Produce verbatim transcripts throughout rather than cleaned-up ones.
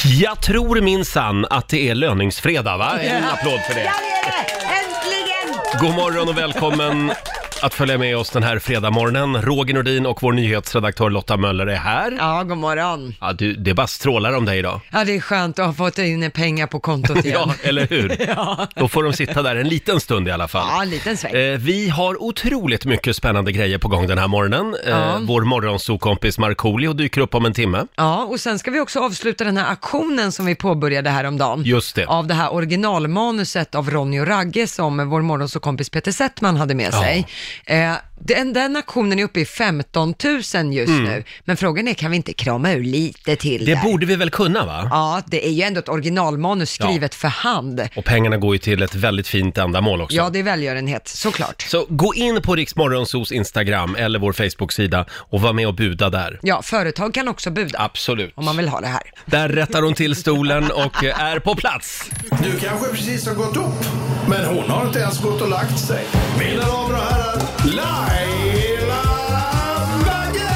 Jag tror minsann att det är löningsfredag, va? En applåd för det. Ja, det är det! Äntligen! God morgon och välkommen att följa med oss den här fredagmorgonen. Roger Nordin och vår nyhetsredaktör Lotta Möller är här. Ja, god morgon. Ja, du, det bara strålar om dig idag. Ja, det är skönt att ha fått in pengar på kontot igen. Ja, eller hur? Ja. Då får de sitta där en liten stund i alla fall. Ja, en liten sväng. Eh, vi har otroligt mycket spännande grejer på gång den här morgonen. Eh, Ja. Vår morgonsokompis Markoolio dyker upp om en timme. Ja, och sen ska vi också avsluta den här aktionen som vi påbörjade här om dagen. Just det. Av det här originalmanuset av Ronny och Ragge som vår morgonsåkompis Peter Settman hade med Ja. sig. Eh, den, den aktionen är uppe i femton tusen just Mm. nu. Men frågan är, kan vi inte krama ur lite till Det där? borde vi väl kunna, va? Ja, det är ju ändå ett originalmanus skrivet för hand. Och pengarna går ju till ett väldigt fint ändamål också. Ja, det är välgörenhet, såklart. Så gå in på Rix Morgonzos Instagram eller vår Facebook-sida och var med och buda där. Ja, företag kan också buda. Absolut. Om man vill ha det här. Där rättar hon till stolen och är på plats. Du kanske precis har gått upp, men hon har inte ens gått och lagt sig. Mina damer och herrar, Laila Bagge!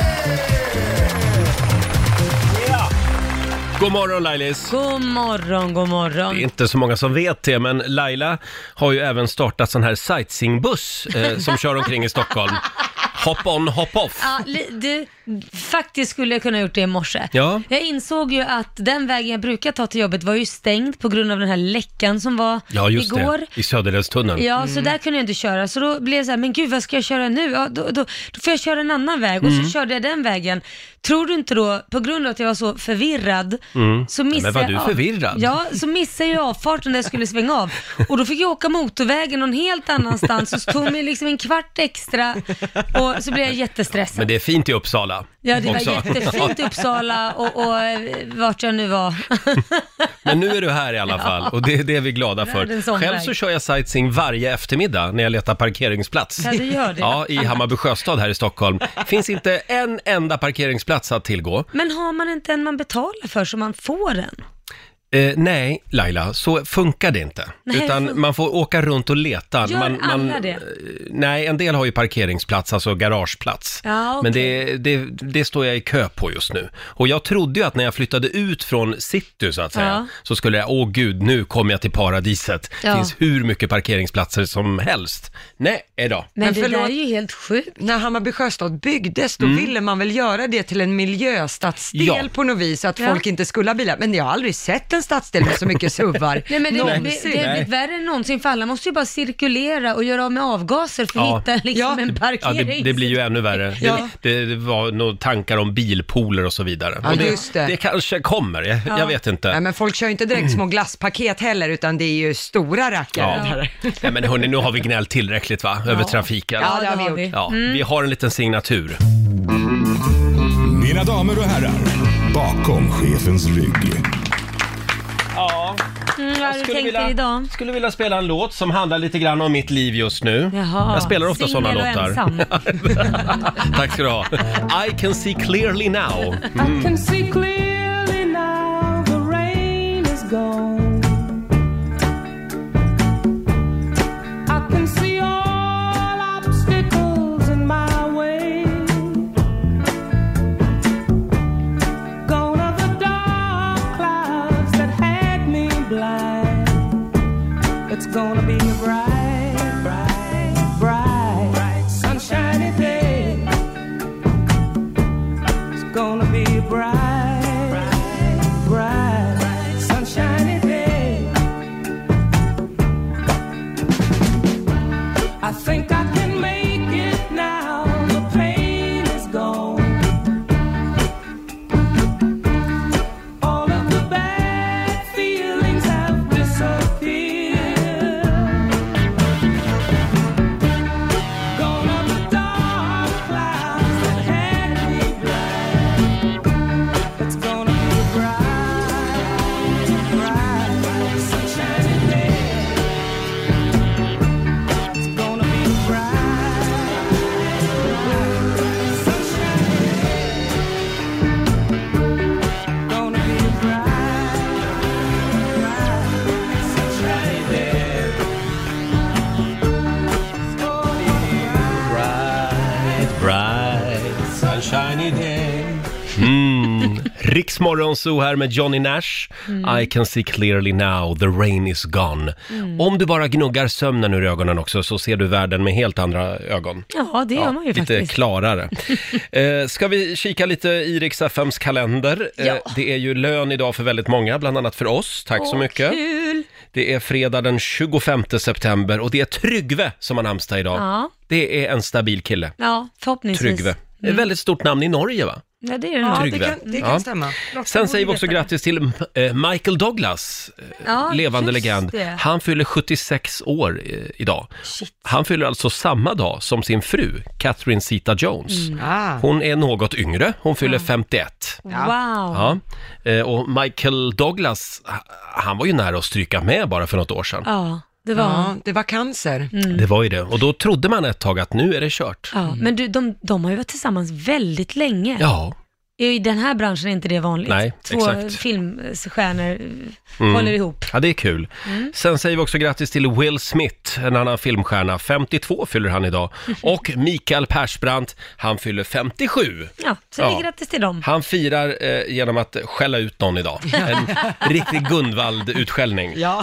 God morgon Lailis. God morgon, god morgon. Det är inte så många som vet det, men Laila har ju även startat sån här sightseeingbuss eh, som kör omkring i Stockholm. Hop on, hop off. Ja, li- du, faktiskt skulle jag kunna gjort det i morse. Ja. Jag insåg ju att den vägen jag brukar ta till jobbet var ju stängd på grund av den här läckan som var Ja, just igår. det. I Söderledstunneln. Ja, så där kunde jag inte köra. Så då blev det så här, men gud vad ska jag köra nu? Ja, då, då, då får jag köra en annan väg. Och Mm. så körde jag den vägen. Tror du inte då, på grund av att jag var så förvirrad, så missade Men var jag du av- förvirrad? Ja, så missade jag avfarten där jag skulle svänga av. Och då fick jag åka motorvägen någon helt annanstans. Och så tog mig liksom en kvart extra. Och så blev jag jättestressad. Men det är fint i Uppsala. Ja, det var också. jättefint i Uppsala och, och eh, vart jag nu var. Men nu är du här i alla fall och det, det är vi glada för. Världens omväg. Själv så kör jag sightseeing varje eftermiddag när jag letar parkeringsplats. Ja, du gör det. Ja, i Hammarby Sjöstad här i Stockholm. Finns inte en enda parkeringsplats att tillgå. Men har man inte en man betalar för så man får den? Eh, nej, Laila, så funkar det inte. Nej, Utan fun- man får åka runt och leta. Gör man, alla det? eh, Nej, en del har ju parkeringsplats, alltså garageplats. Ja, okej. Men det, det, det står jag i kö på just nu. Och jag trodde ju att när jag flyttade ut från city så att säga, Ja. så skulle jag, åh gud, nu kommer jag till paradiset. Det Ja. finns hur mycket parkeringsplatser som helst. Nej, då. Men, Men det förlåt. där är ju helt sjukt. När Hammarby Sjöstad byggdes, då ville man väl göra det till en miljöstadsdel Mm. Ja. på något vis, så att Ja. folk inte skulle ha bilar. Men jag har aldrig sett en stadsdel med så mycket suvar. Nej, men det, det, någonsin. det har Nej. blivit värre än någonsin, för alla måste ju bara cirkulera och göra av med avgaser för Ja. att hitta liksom Ja. en Ja, parkering. det, det blir ju ännu värre. Ja. Det, det var nog tankar om bilpooler och så vidare. Ja, och det, just det. det kanske kommer, jag, jag vet inte. Nej, men folk kör ju inte direkt små glasspaket heller, utan det är ju stora rackare. Ja. där. Nej, men hörni, nu har vi gnällt tillräckligt va? Över trafiken. Ja, det har vi gjort. Ja, vi har en liten signatur. Mina damer och herrar, bakom chefens rygg. Ja, Mm, vad har du tänkt dig idag? skulle vilja spela en låt som handlar lite grann om mitt liv just nu. Jaha, Jag spelar ofta sådana singel och låtar. ensam. Tack ska du ha. I can see clearly now. I can see clearly now the rain is gone. I can see all obstacles in my way. Gone are the dark clouds that had me blind. It's gonna be a bright, bright, bright, bright sunshiny day. It's gonna be a bright, Riks Morgonzoo här med Johnny Nash. Mm. I can see clearly now, the rain is gone. Mm. Om du bara gnuggar sömnen ur ögonen också så ser du världen med helt andra ögon. Ja, det gör ja, man ju lite faktiskt. Lite klarare. eh, ska vi kika lite i Riks F M:s kalender? Ja. Eh, det är ju lön idag för väldigt många, bland annat för oss. Tack Åh, så mycket. Kul. Det är fredag den tjugofemte september och det är Tryggve som har namnsdag idag. Ja. Det är en stabil kille. Ja, förhoppningsvis. Tryggve. Det är ett väldigt stort namn i Norge, va? Ja, det är det ja, nog. det kan, det kan ja. stämma. Sen säger vi också grattis till äh, Michael Douglas, ja, levande legend. Det. Han fyller sjuttiosex år äh, idag. Shit. Han fyller alltså samma dag som sin fru, Catherine Zeta-Jones. Mm. Ah. Hon är något yngre, hon fyller mm. femtioett. Wow! Ja. Äh, och Michael Douglas, han var ju nära att stryka med bara för något år sedan. Ja. Det var, ja, det var cancer. Mm. Det var ju det. Och då trodde man ett tag att nu är det kört. Ja, mm. Men du, de, de har ju varit tillsammans väldigt länge. Ja. I den här branschen är inte det vanligt. Nej, Två exakt. filmstjärnor mm. håller ihop. Ja, det är kul. Mm. Sen säger vi också grattis till Will Smith, en annan filmstjärna. femtiotvå fyller han idag. Och Mikael Persbrandt, han fyller femtiosju. Ja, så ja. grattis till dem. Han firar eh, genom att skälla ut någon idag. En riktig Gunvald-utskällning. Ja.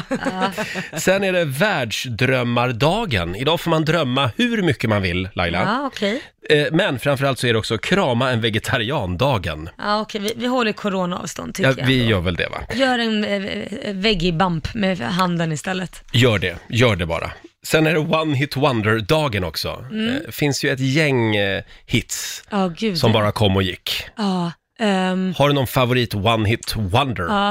Sen är det världsdrömmardagen. Idag får man drömma hur mycket man vill, Laila. Ja, okej. Okay. Men framförallt så är det också krama en vegetariandagen. Ja, okej. Vi, vi håller coronaavstånd, tycker ja, jag. Vi gör väl det, va? Gör en eh, veggie-bump med handen istället. Gör det, gör det bara. Sen är det One Hit Wonder-dagen också. Mm. Eh, finns ju ett gäng eh, hits oh, Gud, som det. bara kom och gick. Ja. Um, Har du någon favorit One Hit Wonder? Ja,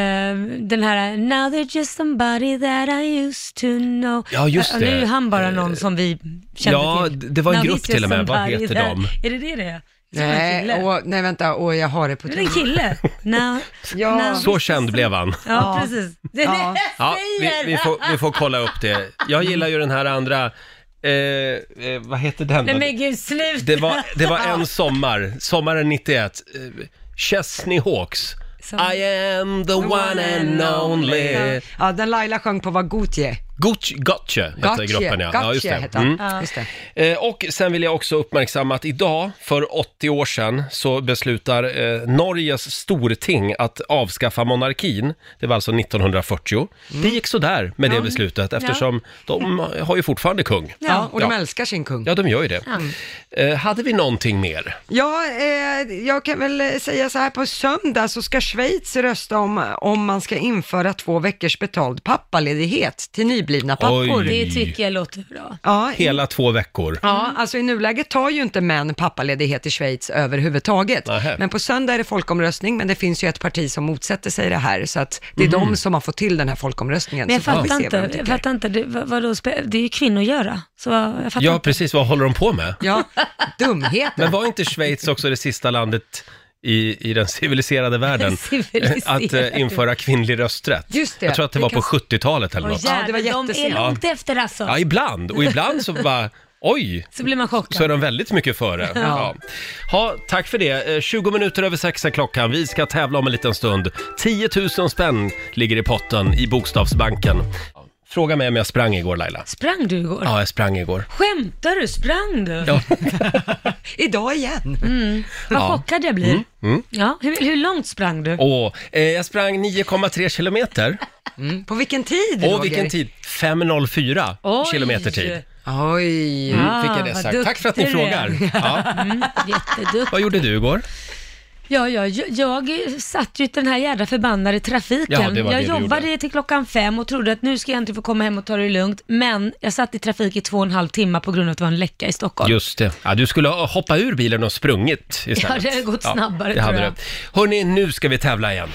um, den här Now they're just somebody that I used to know. Ja, just det. Uh, nu är han bara någon som vi kände ja, till. Ja, det var en Now grupp till och med. Vad heter that... de? Är det det det är? Nej, åh, nej vänta, åh, jag har det på det. Det är en kille. Now, ja. now Så känd some... blev han. Ja, ja. precis. Det är ja. det jag ja, vi, vi, får, vi får kolla upp det. Jag gillar ju den här andra... Eh, eh, vad heter den? Nej men gud, slut. Det var, det var en sommar, sommaren nittioett. Eh, Chesney Hawks. Som... I am the one and only. Ja, den Laila sjöng på var Gotye. Gotye, Gotye hette Gotye, gruppen, ja. Gotye, ja just det. Hette mm. ja. Just det. Eh, och sen vill jag också uppmärksamma att idag, för åttio år sedan, så beslutar eh, Norges storting att avskaffa monarkin. Det var alltså nittonhundrafyrtio. Mm. Det gick så där med det ja. beslutet, eftersom ja. de har ju fortfarande kung. Ja, och de ja. älskar sin kung. Ja, de gör ju det. Mm. Eh, hade vi någonting mer? Ja, eh, jag kan väl säga så här, på söndag så ska Schweiz rösta om, om man ska införa två veckors betald pappaledighet till nyblivna pappor. Oj. Det tycker jag låter bra. Ja, hela två veckor. Ja, alltså i nuläget tar ju inte män pappaledighet i Schweiz överhuvudtaget. Nähe. Men på söndag är det folkomröstning, men det finns ju ett parti som motsätter sig det här, så att det är Mm. de som har fått till den här folkomröstningen. Men jag Så får vi fattar se vad de inte, jag tycker. fattar inte det, vad, vad då, spe- det är ju kvinnor att göra. Så jag fattar Ja, inte. precis. Vad håller de på med? Ja, dumheter. Men var inte Schweiz också det sista landet i, i den civiliserade världen Civiliserade. att eh, införa kvinnlig rösträtt? Just det. Jag tror att det Vi var kan- på sjuttiotalet eller Åh, något. Ja, det var jävlar, de är jättesent. långt efter alltså. Ja, ibland. Och ibland så bara, oj, Så blir man chockad. så är de väldigt mycket före. Ja. Ha, tack för det. Eh, tjugo minuter över sex är klockan. Vi ska tävla om en liten stund. tio tusen spänn ligger i potten i Bokstavsbanken. Fråga mig om jag sprang igår, Laila. Sprang du igår? Ja, jag sprang igår. Skämtar du? Sprang du? Ja. Idag igen. Mm. Vad Ja. chockad jag blir. Mm, mm. Ja, hur, hur långt sprang du? Och, eh, jag sprang nio komma tre kilometer. Mm. På vilken tid, Och Roger? vilken tid? fem noll fyra Oj. kilometer tid. Oj. Mm, Ja, fick jag det vad sagt. Tack för att ni duktig du frågar. är. Ja. Mm, jätteduktig. Vad gjorde du igår? Ja, ja, jag, jag satt ju i den här jävla förbannade trafiken. Ja, det var jag det du jobbade gjorde. till klockan fem och trodde att nu ska jag inte få komma hem och ta det lugnt. Men jag satt i trafik i två och en halv timme på grund av att det var en läcka i Stockholm. Just det. Ja, du skulle ha hoppat ur bilen och sprungit istället. Ja, det hade gått snabbare, det hade tror jag. det. Hörrni, nu ska vi tävla igen.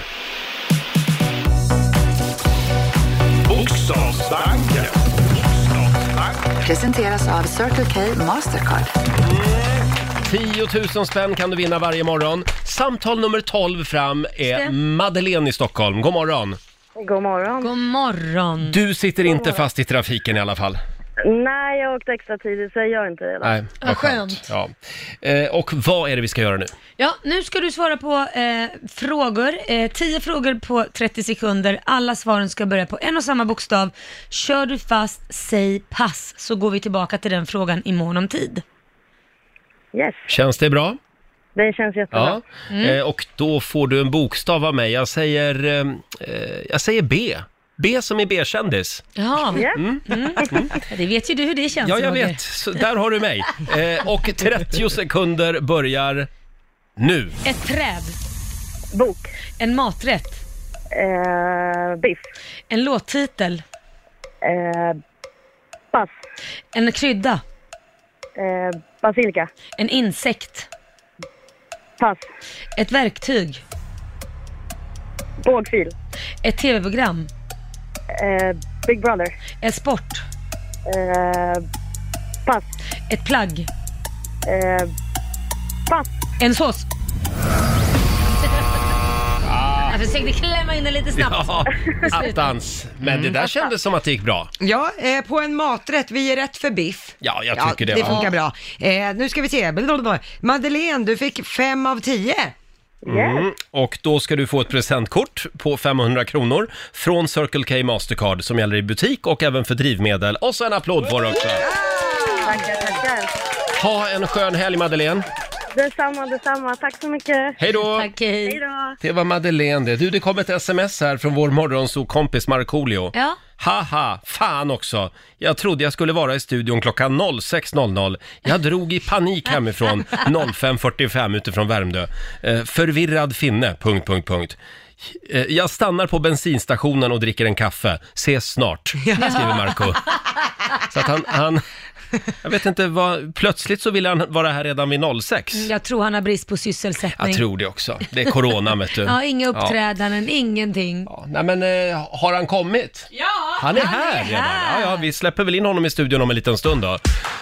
Bokstavsbanken. Presenteras av Circle K Mastercard. tio tusen spänn kan du vinna varje morgon. Samtal nummer tolv fram är Stäm. Madeleine i Stockholm. God morgon. God morgon. God morgon. Du sitter inte fast i trafiken i alla fall. Nej, jag åkte extra tidigt så jag gör inte det. Nej, vad Vad skönt. skönt. Ja. Eh, och vad är det vi ska göra nu? Ja, nu ska du svara på eh, frågor. Eh, tio frågor på trettio sekunder. Alla svaren ska börja på en och samma bokstav. Kör du fast, säg pass. Så går vi tillbaka till den frågan i mån om tid. Yes. Känns det bra? Det känns jättebra. Ja. Mm. Eh, och då får du en bokstav av mig. Jag säger, eh, jag säger B. B som är B-kändis. Ja, Yeah. mm. Mm. Mm. Det vet ju du hur det känns. Ja, jag Roger. vet. Så där har du mig. Eh, och trettio sekunder börjar nu. Ett träd. Bok. En maträtt. Eh, biff. En låttitel. Eh, pass. En krydda. Eh, basilika. En insekt. Pass. Ett verktyg. Bågfil. Ett tv-program. Eh, Big Brother. En sport. Eh, pass. Ett plagg. Eh, pass. En sås. Jag försökte klämma in det lite snabbt. Ja, attans. Men det där kändes som att det gick bra. Ja, eh, på en maträtt, vi är rätt för biff. Ja, jag tycker det det var- funkar bra. Eh, nu ska vi se. Blablabla. Madeleine, du fick fem av tio. Mm. Och då ska du få ett presentkort på femhundra kronor från Circle K Mastercard som gäller i butik och även för drivmedel. Och så en applåd för också. Tackar, tackar. Ha en skön helg, Madeleine. Detsamma, detsamma. Tack så mycket. Hej då! Tack, hej. Hej då. Det var Madeleine det. Du, det kom ett sms här från vår morgonsokompis Markoolio. Ja. Haha, fan också. Jag trodde jag skulle vara i studion klockan sex noll noll. Jag drog i panik hemifrån fem fyrtiofem utifrån Värmdö. Eh, förvirrad finne, punkt, punkt, punkt. Eh, jag stannar på bensinstationen och dricker en kaffe. Ses snart, skriver Marco. Så att han... han jag vet inte vad, plötsligt så vill han vara här redan vid sex. Jag tror han har brist på sysselsättning. Jag tror det också. Det är corona, vet du. Ja, inga uppträdanden, ja. Ingenting. Ja, nej men, eh, har han kommit? Ja, Han är han här är redan. här. Ja, ja, vi släpper väl in honom i studion om en liten stund då.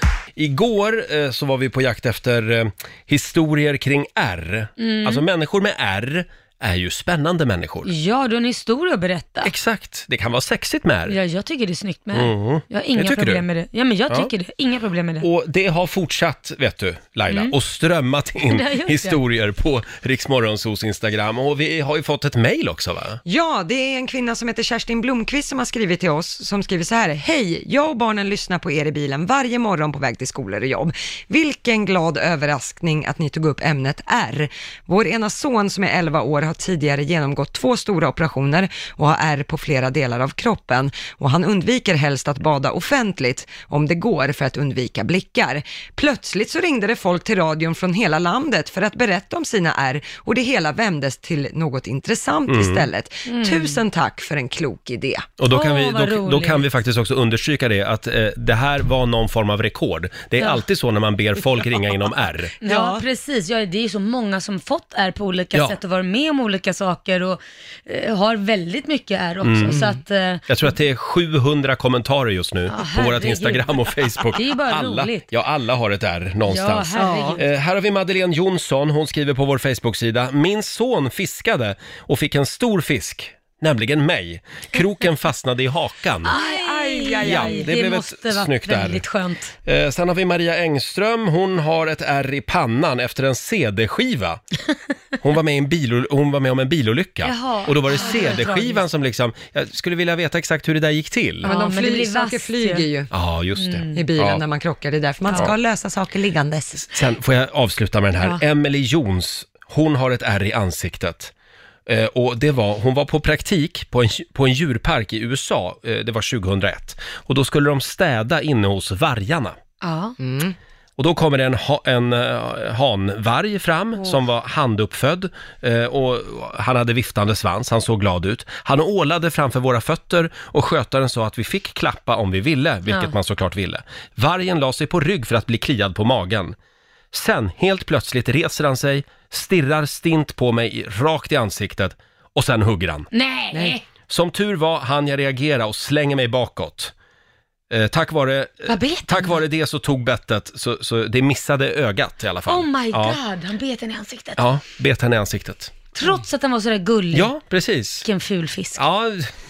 Igår eh, så var vi på jakt efter eh, historier kring R. Mm. Alltså människor med R är ju spännande människor. Ja, du har en historia att berätta. Exakt, det kan vara sexigt med R. Ja, jag tycker det är snyggt med Mm. det. Jag har inga Det tycker problem du? med det. Ja, men jag Ja. tycker det. Inga problem med det. Och det har fortsatt, vet du, Laila, Mm. och strömmat in Det har gjort det. historier på Riksmorgonsos Instagram. Och vi har ju fått ett mejl också, va? Ja, det är en kvinna som heter Kerstin Blomqvist som har skrivit till oss, som skriver så här: hej, jag och barnen lyssnar på er i bilen varje morgon på väg till skolor och jobb. Vilken glad överraskning att ni tog upp ämnet R. Vår ena son som är elva år har tidigare genomgått två stora operationer och har ärr på flera delar av kroppen, och han undviker helst att bada offentligt om det går för att undvika blickar. Plötsligt så ringde det folk till radion från hela landet för att berätta om sina ärr, och det hela vändes till något intressant Mm. istället. Tusen tack för en klok idé. Och då kan, Åh, vi, vad då, då roligt. kan vi faktiskt också understryka det, att eh, det här var någon form av rekord. Det är Ja. alltid så när man ber folk ringa inom R. Ja, Ja. precis. Ja, det är ju så många som fått R på olika Ja. sätt och varit med om olika saker och eh, har väldigt mycket R också. Mm. Så att, eh, Jag tror att det är sjuhundra kommentarer just nu på vårt herregud. Instagram och Facebook. Det är ju bara alla, roligt. Ja, alla har ett R någonstans. Ja, herregud. Eh, här har vi Madeleine Jonsson, hon skriver på vår Facebook-sida: min son fiskade och fick en stor fisk, nämligen mig. Kroken fastnade i hakan. Aj, aj, Ja, aj. det Det, blev ett måste vara snyggt R. väldigt skönt. Eh, sen har vi Maria Engström, hon har ett R i pannan efter en C D-skiva. Hon var med, i en bil, hon var med om en bilolycka. Jaha. Och då var det Ah, det var C D-skivan tragiskt. som liksom, jag skulle vilja veta exakt hur det där gick till. Ja, men de men det flyg, blir saker vasst flyger ju. ju Ja, just det. i bilen Ja. när man krockar. Det är därför man ska Ja. lösa saker liggandes. Sen får jag avsluta med den här. Ja. Emily Jons, hon har ett R i ansiktet. Eh, och det var, hon var på praktik på en, på en djurpark i U S A, eh, det var tjugohundraett. Och då skulle de städa inne hos vargarna. Ja. Och då kommer det en, ha, en uh, hanvarg fram som var handuppfödd eh, och han hade viftande svans, han såg glad ut. Han ålade framför våra fötter och skötaren sa att vi fick klappa om vi ville, vilket Ja. man såklart ville. Vargen la sig på rygg för att bli kliad på magen. Sen, helt plötsligt reser han sig, stirrar stint på mig rakt i ansiktet och sen hugger han. Nej. Nej. Som tur var hann jag reagera och slänger mig bakåt. Eh, tack, vare, Vad bet han? tack vare det så tog bettet, så, så det missade ögat i alla fall. Oh my ja. god, han bet henne i ansiktet. Ja, bet henne i ansiktet. Trots att han var sådär gullig. Ja, precis. Vilken ful fisk. Ja,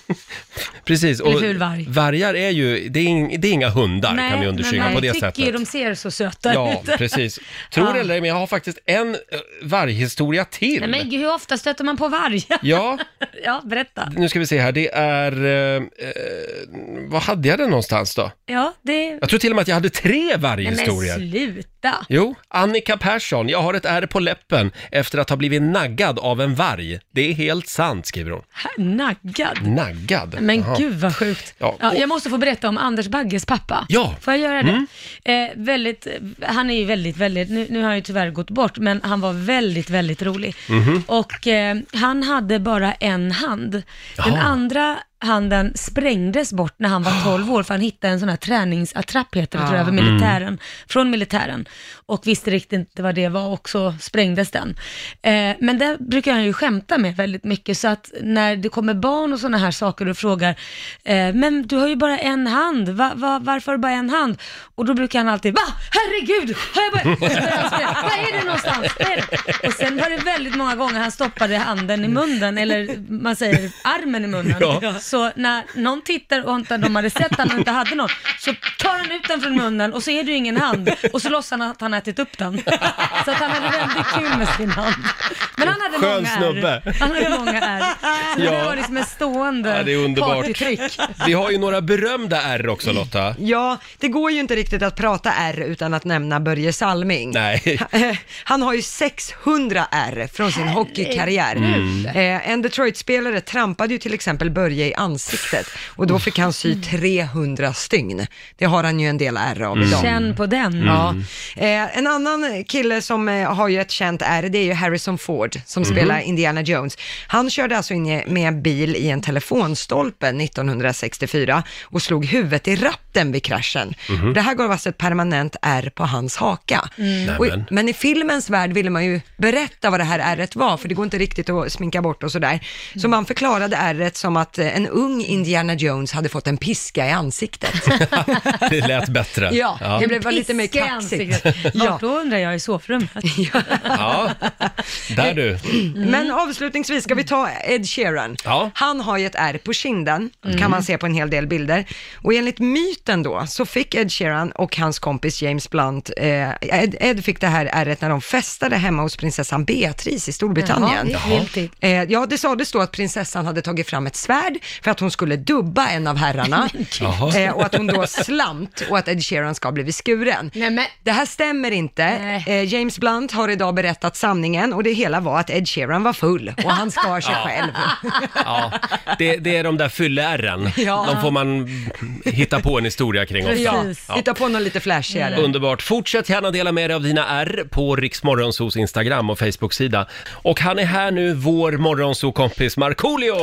Precis, och Eller ful varg. vargar är ju, det är, ing, det är inga hundar Nej, kan vi undersöka men på det jag tycker sättet. ju de ser så söta Ja, ut. precis. Tror det Ja. eller ej, men jag har faktiskt en uh, varghistoria till. Nej, men gud, hur ofta stöter man på varg? Ja, Ja, berätta. nu ska vi se här, det är, uh, uh, vad hade jag det någonstans då? Ja, det... Jag tror till och med att jag hade tre Nej, varghistorier. men sluta. Jo, Annika Persson, jag har ett ärr på läppen efter att ha blivit naggad av en varg. Det är helt sant, skriver hon. Här, naggad. Naggad? Men Jaha. gud vad sjukt. Ja, Ja, och- jag måste få berätta om Anders Bagges pappa. Ja. Får jag göra det? Mm. Eh, väldigt, han är ju väldigt, väldigt, nu, nu har han ju tyvärr gått bort, men han var väldigt, väldigt rolig. Mhm. Och eh, han hade bara en hand. Den Jaha. andra handen sprängdes bort när han var tolv år, för han hittade en sån här träningsattrapp, heter det, tror jag, över militären, från militären, och visste riktigt inte vad det var, och så sprängdes den. Eh, men det brukar han ju skämta med väldigt mycket, så att när det kommer barn och såna här saker och frågar, eh, men du har ju bara en hand, va, va, varför har du bara en hand? Och då brukar han alltid, va? Herregud! Har jag bara... Vad är det någonstans? Vad är det? Och sen var det väldigt många gånger han stoppade handen i munnen, eller man säger armen i munnen. Ja. Så när någon tittar och inte de hade sett att han inte hade något, så tar han ut den från munnen och så är det ju ingen hand, och så låtsas han att han ätit upp den. Så att han hade väldigt kul med sin hand. Men han hade Skön många snubbe. ärr. Han hade många ärr. Så Ja. det var liksom ett stående Ja, det är underbart. partytryck. Vi har ju några berömda ärr också, Lotta. Ja, det går ju inte riktigt att prata R utan att nämna Börje Salming. Nej. Han har ju sexhundra R från sin hockeykarriär. Mm. Eh, en Detroit-spelare trampade ju till exempel Börje i ansiktet och då fick han sy trehundra stygn. Det har han ju en del R av idag. Känn på den. Ja. Eh, en annan kille som eh, har ju ett känt R, det är ju Harrison Ford som spelar Indiana Jones. Han körde alltså in i- med en bil i en telefonstolpe nittonhundrasextiofyra och slog huvudet i ratten vid kraschen. Det här gav alltså ett permanent R på hans haka. Och, Nämen. men i filmens värld ville man ju berätta vad det här ärret var, för det går inte riktigt att sminka bort och sådär. Så man förklarade ärret som att eh, en ung Indiana Jones hade fått en piska i ansiktet. Det lät bättre. Ja, det blev bara lite mer Piska i kaxigt. ansiktet. Ja. Vart då, undrar jag, i sovrummet? Ja. Där du. Men avslutningsvis ska vi ta Ed Sheeran. Ja. Han har ju ett ärr på kinden, kan man se på en hel del bilder. Och enligt myten då, så fick Ed Sheeran och hans kompis James Blunt, eh, Ed, Ed fick det här ärret när de festade hemma hos prinsessan Beatrice i Storbritannien. Jaha, det är viltigt. Eh, ja, det sades då att prinsessan hade tagit fram ett svärd för att hon skulle dubba en av herrarna. Jaha. eh, och att hon då slant och att Ed Sheeran ska ha blivit skuren. Nej, men... Det här stämmer inte. Nej. Eh, James Blunt har idag berättat sanningen och det hela var att Ed Sheeran var full och han skar sig själv. Ja, det, det är de där fylle-ärren. Ja. De får man hitta på en historia kring ofta. Ja, Precis. hitta på något lite flashigare. Underbart. Fortsätt gärna dela med dig av dina ärr på Rix Morgonzos Instagram och Facebook-sida. Och han är här nu, vår morgonzo-kompis Markoolio!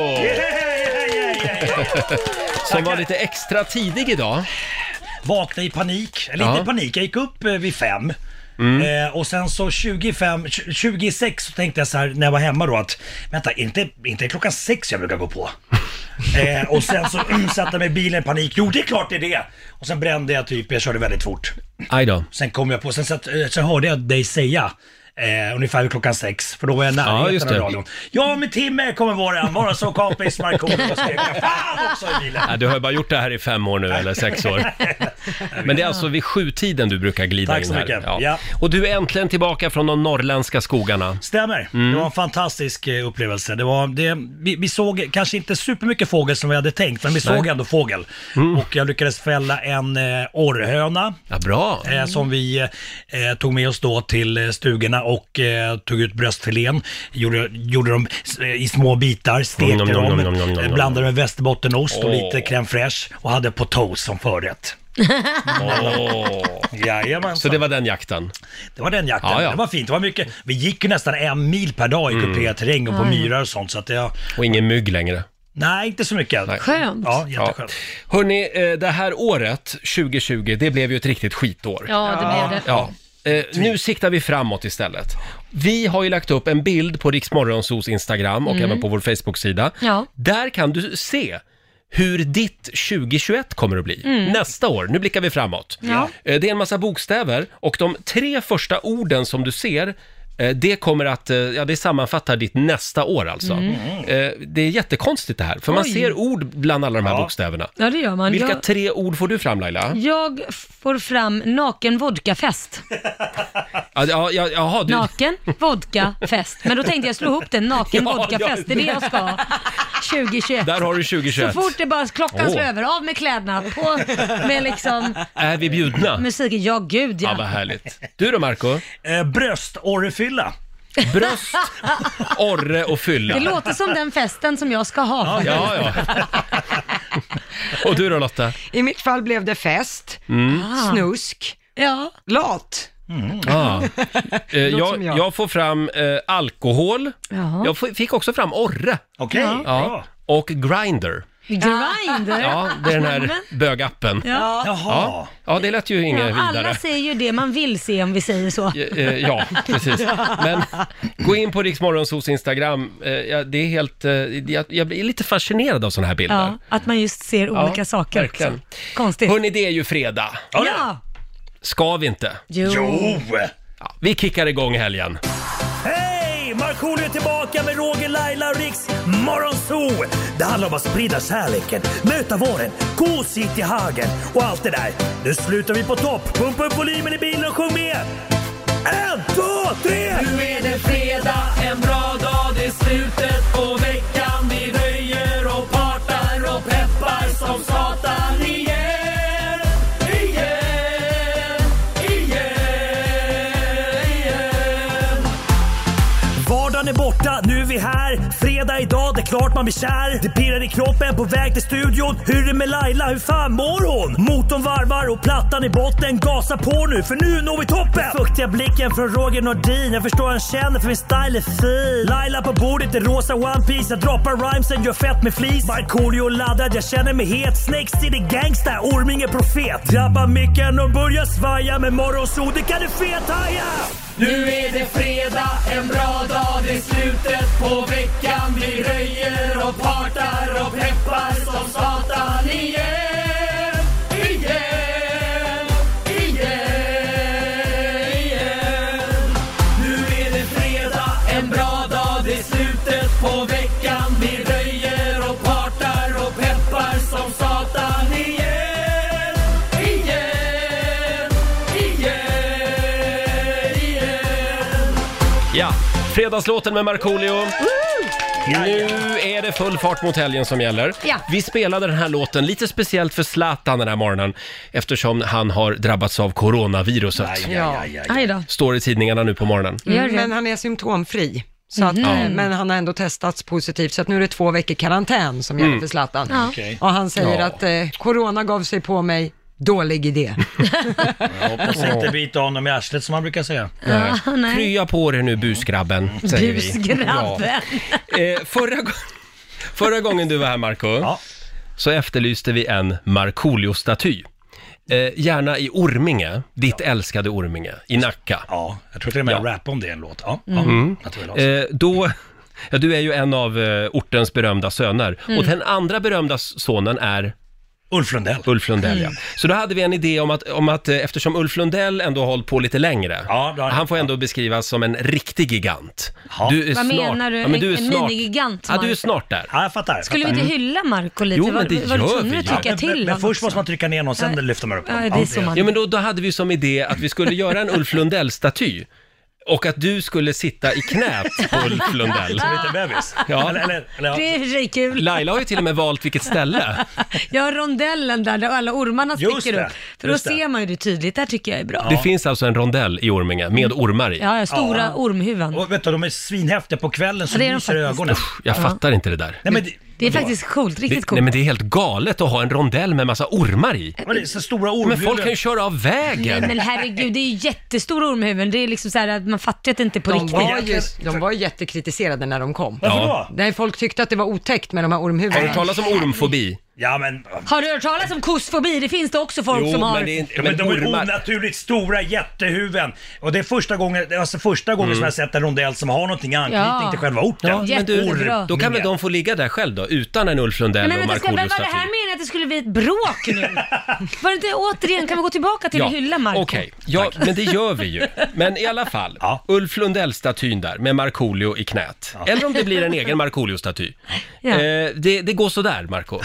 Som var lite extra tidig idag. Vaknade i panik, eller Ja. inte i panik, jag gick upp eh, vid fem. Eh, och sen så tjugofem, tjugosex så tänkte jag så här när jag var hemma då att vänta, inte, inte klockan sex jag brukar gå på. eh, och sen så mm, satte jag mig i bilen i panik, jo det är klart det är det. Och sen brände jag typ, jag körde väldigt fort. Aj då. Sen kom jag på, sen satt, eh, så hörde jag dig säga Eh, ungefär vid klockan sex, för då var jag nära Ja, just av det. radion. Ja, med Timme kommer våran, vara så kompis Markoolio och skrek jag fan också i bilen. Ja, du har ju bara gjort det här i fem år nu, eller sex år. Men det är alltså vid sjutiden du brukar glida Tack in så här. mycket. Ja. Och du är äntligen tillbaka från de norrländska skogarna. Stämmer. Mm. Det var en fantastisk eh, upplevelse. Det var, det, vi, vi såg kanske inte supermycket fågel som vi hade tänkt, men vi såg ändå fågel. Mm. Och jag lyckades fälla en eh, orrhöna Ja, bra. eh, som vi eh, tog med oss då till eh, stugorna och eh, tog ut bröstfilén, gjorde, gjorde dem eh, i små bitar, stekte Nom, nom, dem, nom, nom, nom, nom, eh, nom. blandade med västerbottenost och Åh. lite crème fraîche och hade potos som förrätt. Åh. Jajamensan. Så det var den jakten. Det var den jakten. Ja, ja. Det var fint. Det var mycket. Vi gick ju nästan en mil per dag i Mm. kuperad terräng och på myrar och sånt. Så att det, Och ingen mygg längre. nej, inte så mycket. Nej. Skönt. Ja, Ja. jätteskönt. Hörrni, eh, det här året, tjugo tjugo, det blev ju ett riktigt skitår. Ja, det blev det. Ja. Eh, nu siktar vi framåt istället. Vi har ju lagt upp en bild på Rix Morgonzos Instagram och även på vår Facebook-sida. Ja. Där kan du se hur ditt tjugo tjugoett kommer att bli. Nästa år, nu blickar vi framåt. Ja. Eh, det är en massa bokstäver och de tre första orden som du ser Eh, Det kommer att, eh, ja det sammanfattar ditt nästa år alltså. Mm. Eh, Det är jättekonstigt det här, för man Oj. ser ord bland alla de här Ja. bokstäverna. Ja, det gör man. Vilka jag, tre ord får du fram, Laila? jag får fram naken vodkafest. Ja, ja, ja, jaha, du... Naken vodkafest. Men då tänkte jag slå ihop den, naken Ja, vodkafest. Det är det jag ska ha. tjugo tjugoett. Där har du tjugo Så tjugoett. fort det bara klockan slår Åh. över, av med kläderna, på med liksom Är vi bjudna? musiken. Ja, gud Ja, ja. vad härligt. Du då, Marco? Eh, bröstorrefylla. Bröst, orre och fylla. Det låter som den festen som jag ska ha. Ja, ja. Och du då, Lotta? I mitt fall blev det fest, snusk, Ja. lat. Ah. Eh, Låter som jag, jag. jag får fram eh, alkohol. Jaha. Jag f- fick också fram orre. Okej, Ja. bra. Och Grindr. Grinder. Ja, det är den här bögappen. Ja. Jaha. Ja. Ja, det lät ju inget Ja, vidare. alla ser ju det man vill se, om vi säger så. Eh, eh, Ja, precis. Men gå in på Rix Morgonzos Instagram. Eh, ja, det är helt, eh, jag, jag blir lite fascinerad av sådana här bilder. Ja, att man just ser olika Ja, saker verkligen. också. Konstigt. Hörrni, det är ju fredag. Ja. Ska vi inte? Jo. Jo! Ja, vi kickar igång helgen. Hej! Markoolio är tillbaka med Roger, Laila och Riks Morgonzoo! Det handlar om att sprida kärleken, möta våren, gosigt i hagen och allt det där. Nu slutar vi på topp! Pumpa upp volymen i bilen och sjung med! En, två, tre! Nu är det fredag, en bra dag, det är slutet på veckan. Vi röjer och partar och peppar som satan igen. Igen, igen, igen. Vardagen är borta, nu är vi här. Fredag idag, det är klart man blir kär. Det pirrar i kroppen på väg till studion. Hur är det med Laila, hur fan mår hon? Motorn varvar och plattan i botten. Gasa på nu, för nu når vi toppen. Fuktiga blicken från Roger Nordin. Jag förstår han känner, för min style är fin. Laila på bordet i rosa One Piece. Jag droppar rhymesen, gör fett med flis. Markoolio laddad, jag känner mig het. Snake City gangsta, Orminge profet. Drabbar micken och börjar svaja. Med Morgonzoo, det kan du fethaja! Nu är det fredag, en bra dag, det är slutet på veckan. Vi röjer och partar och peppar som satan igen. Igen, igen, igen. Nu är det fredag, en bra dag, det är slutet på veckan. Vi röjer och partar och peppar som satan igen. Igen, igen, igen. Ja, fredagslåten med Markoolio. Nu är det full fart mot helgen som gäller. Ja. Vi spelade den här låten lite speciellt för Zlatan den här morgonen eftersom han har drabbats av coronaviruset. Aj, aj, Ja. aj, aj. Aj då. Står i tidningarna nu på morgonen. Gör det. Men han är symptomfri. Så att, eh, Men han har ändå testats positivt, så att nu är det två veckor karantän som gäller för Zlatan. Ja. Okej. Och han säger Ja. att eh, corona gav sig på mig, dålig idé. Jag hoppas inte bita honom i arslet som man brukar säga. Ja, nej. Krya på dig nu busgrabben, säger vi. Busgrabben. Ja. Eh, förra, gå- förra gången du var här, Marco, Ja. så efterlyste vi en Markoolio-staty. Eh, gärna i Orminge, ditt älskade Orminge, i Nacka. Ja, jag tror till och med Ja. jag rappade om det i en låt. Ja, Mm. ja. Jag tror Eh, då, ja, du är ju en av eh, ortens berömda söner. Och den andra berömda s- sonen är Ulf Lundell. Ulf Lundell, ja. Så då hade vi en idé om att, om att eh, eftersom Ulf Lundell ändå har hållit på lite längre, Ja, det har han. han får ändå beskrivas som en riktig gigant. Ja. Du är Vad snart, menar du? Ja, men du är En snart, minigigant, ja, du är Marco? snart där. Ja, jag fattar. Jag Skulle vi fattar. inte hylla Marco lite? Jo, men Var- det var du gör tvungen vi att ju. trycka men, till men, men honom först också? måste man trycka ner någon, sen Ja. lyfter man upp Ja, någon. det är så man- Ja, men då, då hade vi som idé att vi skulle göra en Ulf Lundell-staty. Och att du skulle sitta i knät på Ulf Lundell. Som en liten bebis. Ja. Eller, eller, eller, ja. Det är i och för sig kul. Laila har ju till och med valt vilket ställe. Jag har rondellen där, där alla ormarna Just sticker det, upp. För då just det. ser man ju det tydligt. Där tycker jag är bra. Det finns alltså en rondell i Orminge med ormar i. Ja, ja, stora Ja. ormhuvan. Och vet du, de är svinhäftiga på kvällen så Ja, det är de lyser faktiskt. ögonen. Jag fattar inte det där. Nej, men det, Det är vadå? faktiskt coolt, riktigt Det, coolt. nej men det är helt galet att ha en rondell med massa ormar i. Vad är det, så stora Men ormhuvuden. folk kan ju köra av Nej vägen. men herregud, det är ju jättestora ormhuvuden. Det är liksom så här att man fattar att det inte är på De riktigt. var, ju, Egentligen- de var ju jättekritiserade när de kom. Varför Ja. då? Där folk tyckte att det var otäckt med de här Har du ormhuvudena. talat om ormfobi? Ja, men... Har du hört talas om kostfobi? Det finns det också folk Jo, som har. men det är inte... Ja, men de är ormar... onaturligt stora jättehuvuden. Och det är första gången, alltså första gången som jag har sett en rondell som har någonting i anknytning Ja. till själva orten. Ja, men du, Jättebra. då kan väl de få ligga där själv då, utan en Ulf Lundell Nej, men och vänta, ska, vad var det Markoolio-staty? här meningen att det skulle bli ett bråk nu? Var det inte återigen, kan vi gå tillbaka till Ja, att hylla Marco? Okej, ja, men det gör vi ju. Men i alla fall, Ja. Ulf Lundell-statyn där med Markoolio i knät. Eller om det blir en egen Markoolio-staty. Ja. Eh, det, det går sådär, Marco.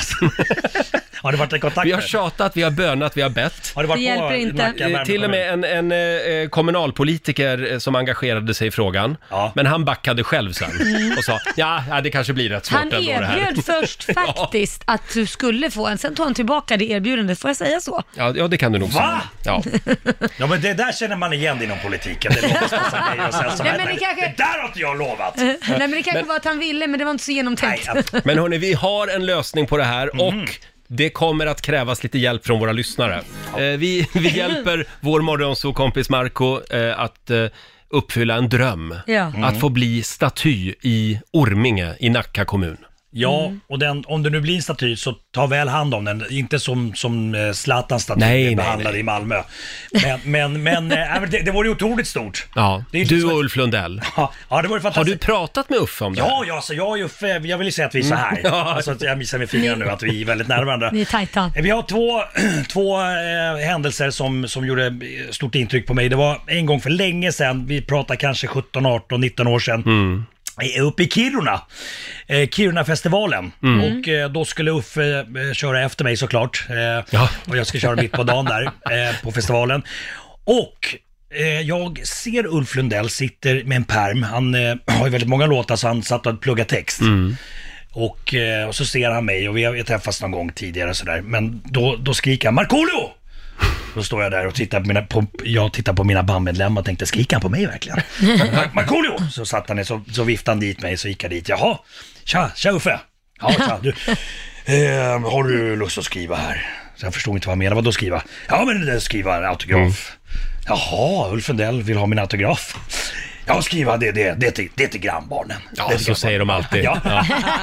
Har det varit en kontakt? Vi har tjatat, vi har bönat, vi har bett. Har det varit Det på hjälper inte. Nacka, Eh, Värmdö Till och kommun? med en, en eh, kommunalpolitiker eh, som engagerade sig i frågan. Ja. Men han backade själv sen och sa, ja, ja det kanske blir rätt svårt Han ändå det här. erbjöd först faktiskt att du skulle få en, sen tog han tillbaka det erbjudandet, får jag säga så? Ja, ja, det kan du nog Va? säga. Ja. Ja, men det där känner man igen inom politiken. Det låter som grejer och sen så Nej, här, men det men kanske- det där har inte jag lovat. Nej men det kanske var att han ville, men det var inte så Nej, genomtänkt. att- Men hörni, vi har en lösning på det här och det kommer att krävas lite hjälp från våra lyssnare. Eh, vi, vi hjälper vår morgonsåkompis Marco eh, att eh, uppfylla en dröm. Ja. Att få bli staty i Orminge i Nacka kommun. Ja, och den, om det nu blir en staty så ta väl hand om den. Inte som, som eh, Zlatans staty Nej, nej, behandlade nej. i Malmö. Men, men, men, äh, men det, det vore ju otroligt stort. Ja, Det är du liksom- och Ulf Lundell. Ja, ja, det vore Har fantastiskt. du pratat med Uffe om det här? Ja, ja, så jag och Uffe, jag vill ju säga att vi är så här. Ja. Alltså att jag visar med fingrarna nu att vi är väldigt nära varandra. Ni är tajta. Vi har två, två eh, händelser som, som gjorde stort intryck på mig. Det var en gång för länge sedan, vi pratar kanske sjutton, arton, nitton år sedan. Mm. Eh, Uppe i Kiruna, eh, Kiruna-festivalen. Mm. Och eh, då skulle Uffe eh, köra efter mig såklart. Eh, Ja. Och jag ska köra mitt på dagen där eh, på festivalen. Och eh, jag ser Ulf Lundell sitter med en perm. Han eh, har ju väldigt många låtar så han satt och pluggade text. Mm. Och, eh, och så ser han mig och vi har, vi har träffats någon gång tidigare sådär. Men då, då skriker han Markoolio! Då står jag där och tittar på mina, på, jag tittar på mina bandmedlemmar och tänkte, skriker han på mig verkligen? Mar- Markoolio! Så satt han ner, så, så viftade han dit mig, så gick jag dit. Jaha, tja, tja Uffe! Ja, tja, du, eh, har du lust att skriva här? Så jag förstod inte vad han menade, vad då skriva? Ja, men det skriva en autograf. Jaha, Ulf Lundell vill ha min autograf. Ja, skriva det, det, det, till, det till grannbarnen. Ja, det till så säger de alltid. Ja. Ja.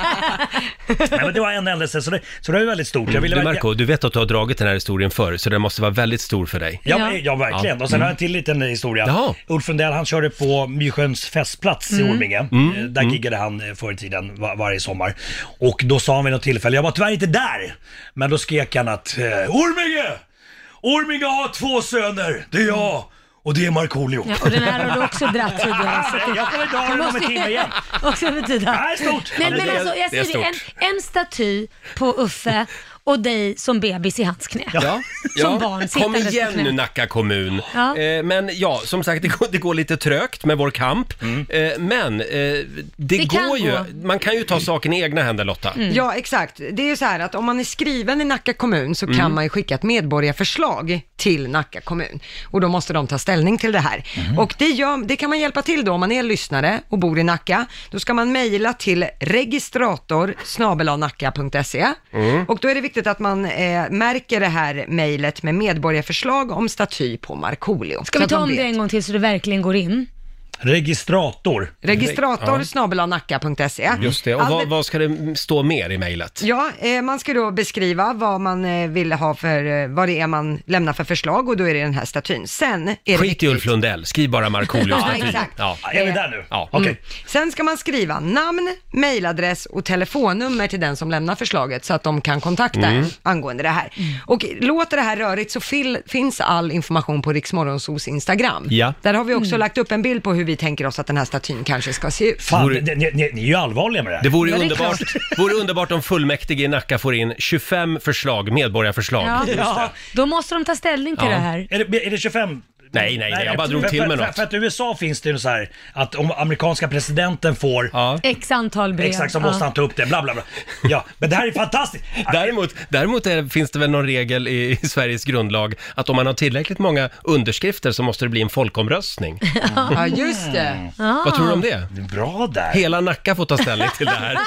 Nej, men det var en händelse, så det, så det var ju väldigt stort. Jag ville Du verkligen- Marco, du vet att du har dragit den här historien förr, så den måste vara väldigt stor för dig. Ja, Ja. men- ja verkligen. Och sen har jag en till liten historia. Jaha. Ulf Lundell, han körde på Mysjöns festplats i Orminge. Eh, Där giggade han eh, förr i tiden var, varje sommar. Och då sa han vid något tillfälle, jag var tyvärr inte där, men då skrek han att eh, Orminge! Orminge har två söner, det är jag och det är Markoolio. Ja, och den här har du också dratt tidigare. Så att det- Jag kommer inte ha det den om en måste ju timme igen. Också betyda. Det här är stort. Nej, Ja, men det är- alltså, jag det är säger det, en, stort. en staty på Uffe och dig som bebis i hans knä. Ja, Som ja. barn Kom sittandes på igen knä. nu Nacka kommun. Ja. Eh, men ja, som sagt, det går, det går lite trögt med vår kamp. Eh, men eh, det, Det kan går ju, gå. man kan ju ta saken i egna händer Lotta. Ja, exakt. Det är ju så här att om man är skriven i Nacka kommun så kan man ju skicka ett medborgarförslag till Nacka kommun. Och då måste de ta ställning till det här. Och det, gör, det kan man hjälpa till då om man är lyssnare och bor i Nacka. Då ska man mejla till registrator snabel-a nacka punkt se. Och då är det viktigt att man eh, märker det här mejlet med medborgarförslag om staty på Markoolio. Ska Så vi att ta de om det vet. en gång till så det verkligen går in? Registrator. Registrator snabel-a nacka punkt se. Just det, och All- vad, vad ska det stå mer i mejlet? Ja, eh, man ska då beskriva vad man eh, vill ha för, eh, vad det är man lämnar för förslag och då är det den här statyn. Sen är det Skit i viktigt- Ulf Lundell, skriv bara Markoolio Ja, staty. exakt. Ja. Ja, är vi där nu? Ja. Okej. Mm. Sen ska man skriva namn, mejladress och telefonnummer till den som lämnar förslaget så att de kan kontakta Mm. en angående det här. Och låter det här rörigt så fil- finns all information på Rix Morgonzos Instagram. Ja. Där har vi också lagt upp en bild på hur vi tänker oss att den här statyn kanske ska se ut. Fan, Vore- ni, ni, ni är ju allvarliga med det här. Det vore, Ja, det är underbart, vore underbart om fullmäktige i Nacka får in tjugofem förslag, medborgarförslag. Ja. Ja. Då måste de ta ställning till Ja. det här. Är det, är det tjugofem? Nej, nej, nej, jag bara drog för, till för, med för, något. för att i U S A finns det ju så här att om amerikanska presidenten får Ja. X antal brev. exakt så måste Ja. han ta upp det, bla bla bla. Ja, men det här är fantastiskt. Däremot, däremot är, finns det väl någon regel i, i Sveriges grundlag att om man har tillräckligt många underskrifter så måste det bli en folkomröstning. Ja, just det. Vad tror du om det? Det är bra där. Hela Nacka får ta ställning till det här.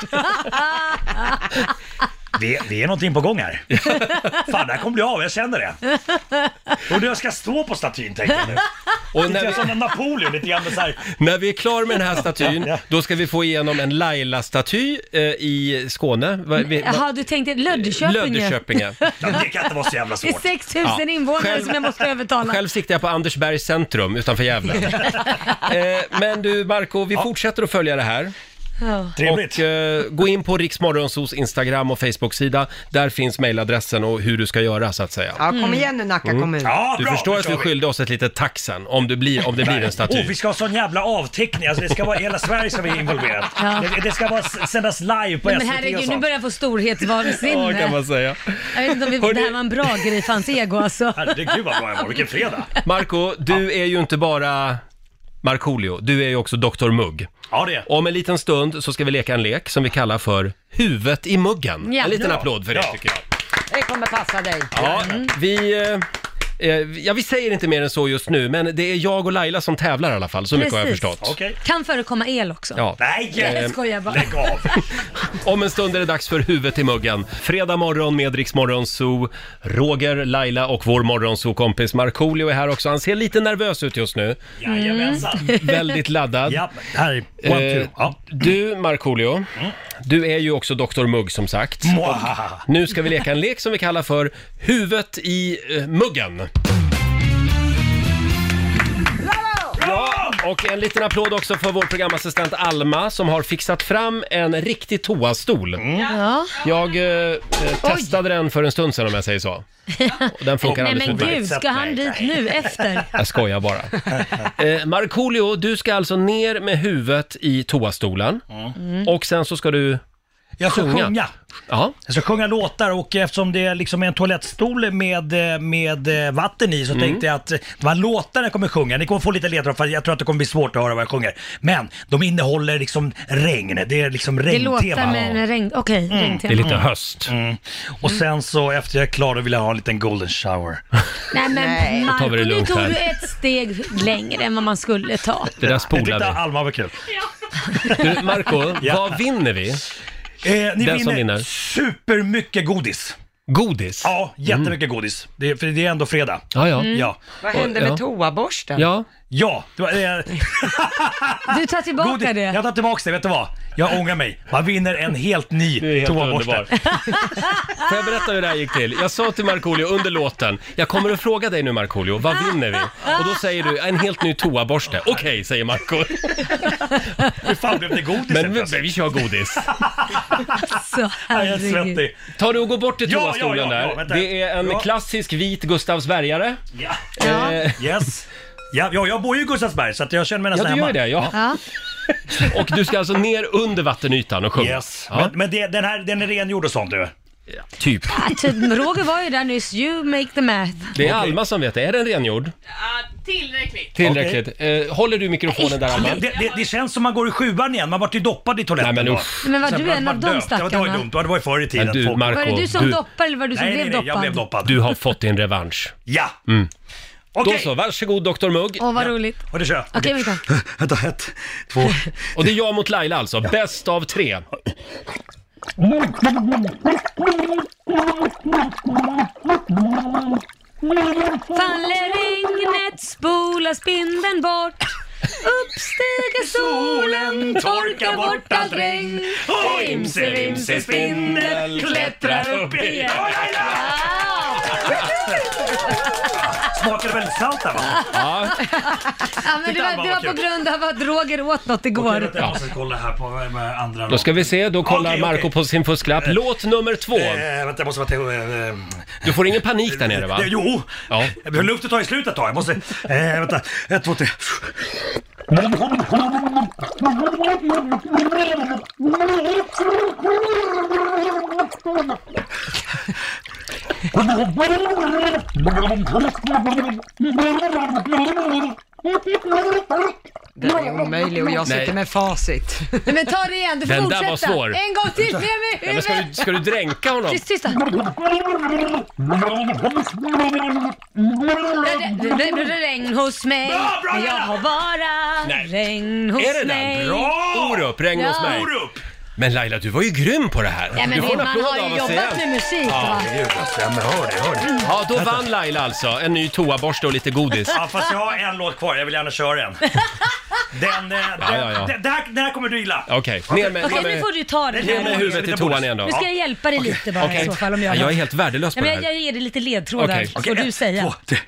Det, det är någonting på gång här. Fan, det här kommer bli av, jag känner det. Och jag ska stå på statyn, tänker jag nu. Och Lite när grann vi, som en Napoleon, lite grann så här. när vi är klar med den här statyn, Ja. då ska vi få igenom en Laila-staty eh, i Skåne. Va, vi, va, Jaha, du tänkte Löddeköpinge. Löddeköpinge. Ja, det kan inte vara så jävla Det är svårt. sex tusen Ja. invånare Själv- som jag måste övertala. Själv siktar jag på Andersbergs centrum utanför Gävle. eh, men du Marco, vi fortsätter att följa det här. Ja. Trevligt. Och eh, gå in på Rix Morgonzos Instagram och Facebook-sida. Där finns mejladressen och hur du ska göra så att säga. Ja, kom igen nu Nacka kommun. Ja, Du bra, förstår nu att kör vi vi. skyllde oss ett litet tack sen om, du blir, om det blir en staty. Oh, vi ska ha sån jävla avteckning, alltså det ska vara, hela Sverige ska vara involverat. Ja. Det, det ska vara s- sändas live på Nej, S men V T och herregud, nu sånt. börjar jag få storhetsvansinne. Ja, kan man säga. Jag vet inte om vi, Hörrni- det här var en bra grej för hans ego alltså. Herregud vad bra jag var, vilken fredag. Marco, du är ju inte bara Markoolio, du är ju också doktor Mugg. Ja det är. Om en liten stund så ska vi leka en lek som vi kallar för Huvudet i muggen. Ja. En liten Ja. applåd för det Ja. tycker jag. Det kommer passa dig. Ja, vi... eh, eh, Ja, vi säger inte mer än så just nu, men det är jag och Laila som tävlar i alla fall, så mycket har jag Precis. förstått. Okej. Kan förekomma el också. Ja. Nej, Jag skojar bara. lägg av. Om en stund är det dags för Huvudet i muggen. Fredag morgon med Rix Morgonzoo. Roger, Laila och vår Morgonzoo-kompis Markoolio är här också. Han ser lite nervös ut just nu. Jajamensan. Väldigt laddad. Ja, här är one, Eh, two. Ja. Du, Markoolio, du är ju också doktor Mugg som sagt. Mwahaha. Nu ska vi leka en lek som vi kallar för Huvudet i eh, muggen. Ja, och en liten applåd också för vår programassistent Alma som har fixat fram en riktig toastol. Ja. Jag eh, testade den för en stund sedan om jag säger så. Och den funkar Nej alldeles men utmärkt. gud, ska han dit nu efter? Jag skojar bara. Eh, Markoolio, du ska alltså ner med huvudet i toastolen. Och sen så ska du... Jag ska Sjunga. sjunga. Ja, Jag ska sjunga låtar och eftersom det är liksom en toalettstol med, med vatten i så Mm. tänkte jag att de här låtarna jag kommer sjunga, ni kommer få lite ledtrådar för jag tror att det kommer bli svårt att höra vad jag sjunger. Men de innehåller liksom regn, det är liksom Det regntema. låter med, med regn... Okej, det är regntema. lite höst. Mm. Och sen så efter jag är klar då vill jag ha en liten golden shower. Nej men Nej. Då tar Marco, vi det nu lugnt tog här. du ett steg längre än vad man skulle ta. Det där Jag spolar tyckte vi. Alma var kul. Du, Marco, Ja. vad vinner vi? Eh, ni Den som vinner vinner. supermycket godis. Godis? Ja, jättemycket godis. Det, är- för det är ändå fredag. Ja, ja. Ja. Vad hände med Ja. toaborsten? Ja, Ja, det var, eh, Du tar tillbaka godis. det. Jag tar tillbaka det, vet du vad? Jag ångrar mig. Man vinner en helt ny det är helt toaborste. underbart. Får jag berätta hur det här gick till? Jag sa till Markoolio under låten, jag kommer att fråga dig nu Markoolio, vad vinner vi? Och då säger du, en helt ny toaborste. Okej, säger Marco. Hur fan blev det godis? Men helt vi, plötsligt? vi kör godis. Så Jag är herregud. svettig. Ta du och gå bort till Ja, toastolen ja, ja, ja, där. vänta. Det är en Ja. klassisk vit Gustavsbergare. Ja. Ja. Eh, Yes. Ja, ja, jag bor ju i Gustavsberg så att jag känner mig ja, nästan du gör hemma. det, ja. Ja. Och du ska alltså ner under vattenytan och sjunga. Yes. Ja, Men, men det, den här den är rengjord och sånt du. typ. Ja, typ, Roger var ju där nyss, you make the math. Det är Okej. Alma som vet det. Är den rengjord? Ja, tillräckligt. Tillräckligt. Eh, håller du mikrofonen där, Alma? Det, det, det, det känns som man går i sjuan igen, man vart ju doppad i toaletten Nej, men då. usch. Men var Sen du vart en man av de döpt. Det var- Det var ju stackarna? dumt, det var ju förr i tiden. Men du, Folk- Marco, Var det du som du, doppade eller var det du som Nej, blev nej, nej, doppad? jag blev doppad. du har fått din revansch. Ja! Mm. Okej, Då så, varsågod doktor Mugg. Åh vad roligt. och det kör jag. Okej, vänta. Vänta, ett, två. Och det är jag mot Laila alltså. Bäst av tre. Faller regnet, spolar spindeln bort. Uppstiger solen, torkar bort allt regn. Och imse vimse spindel klättrar upp igen. Smakar väldigt salt här va? Ja, Ja, men det var, det var på grund av att Roger åt något igår. Jag måste kolla här på med andra. då ska vi se. Då kollar Okej, Marco okej. på sin fusklapp. Låt nummer två. Eh, vänta, jag måste vara till... Eh, Du får ingen panik där nere va? eh, jo! Ja. Jag behöver luft att ta i slutet då. Jag måste... Eh, vänta, ett, två, tre. Det är omöjligt och jag sitter Nej. med facit. Nej, men ta det igen, du får Den där fortsätta. var svår. En gång till, ner med Ja, men ska, huvudet. du, ska du dränka honom? Tyst, tysta. Det är regn hos mig. Bra, bra, Jag Lena. har bara Nej. regn hos Är det där mig. Bra! Orup, regn hos Ja. mig. Orup! Men Laila, du var ju grym på det här. Ja, men du får en man applåd har ju av oss jobbat igen. med musik va? Gud, alltså, ja, men hör det, hör det. Ja, då vann Laila alltså. En ny toaborste och lite godis. Ja, fast jag har en låt kvar, jag vill gärna köra en. Den, eh, den, ja, ja. Den, den, här, den här kommer du gilla. Okej, ner med, Okej, ner nu med, får du ta den ner ner med här. huvudet i toan igen då. Nu ska jag hjälpa dig lite bara Okej. i så fall om jag Ja, jag är har... helt värdelös på Ja, det men här. jag ger dig lite ledtrådar, Okej. så Okej, får du ett, säga. två, tre.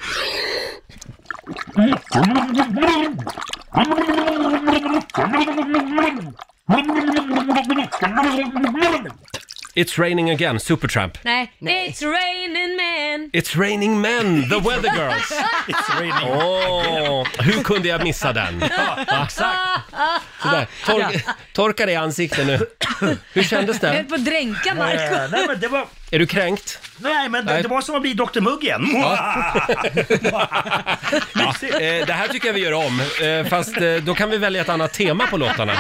It's raining again, Supertramp. Nej. Nej. It's raining men. It's raining men, the Weather Girls. It's raining. Åh, hur kunde jag missa den? Ja, exakt. Sådär, tor- torka dig i ansiktet nu. Hur kändes Jag det? höll på att dränka Marco. Eh, nej, men det var... Är du kränkt? Nej, men det, Nej. det var som att bli doktor Mugg igen. Ja, eh, det här tycker jag vi gör om, eh, fast eh, då kan vi välja ett annat tema på låtarna.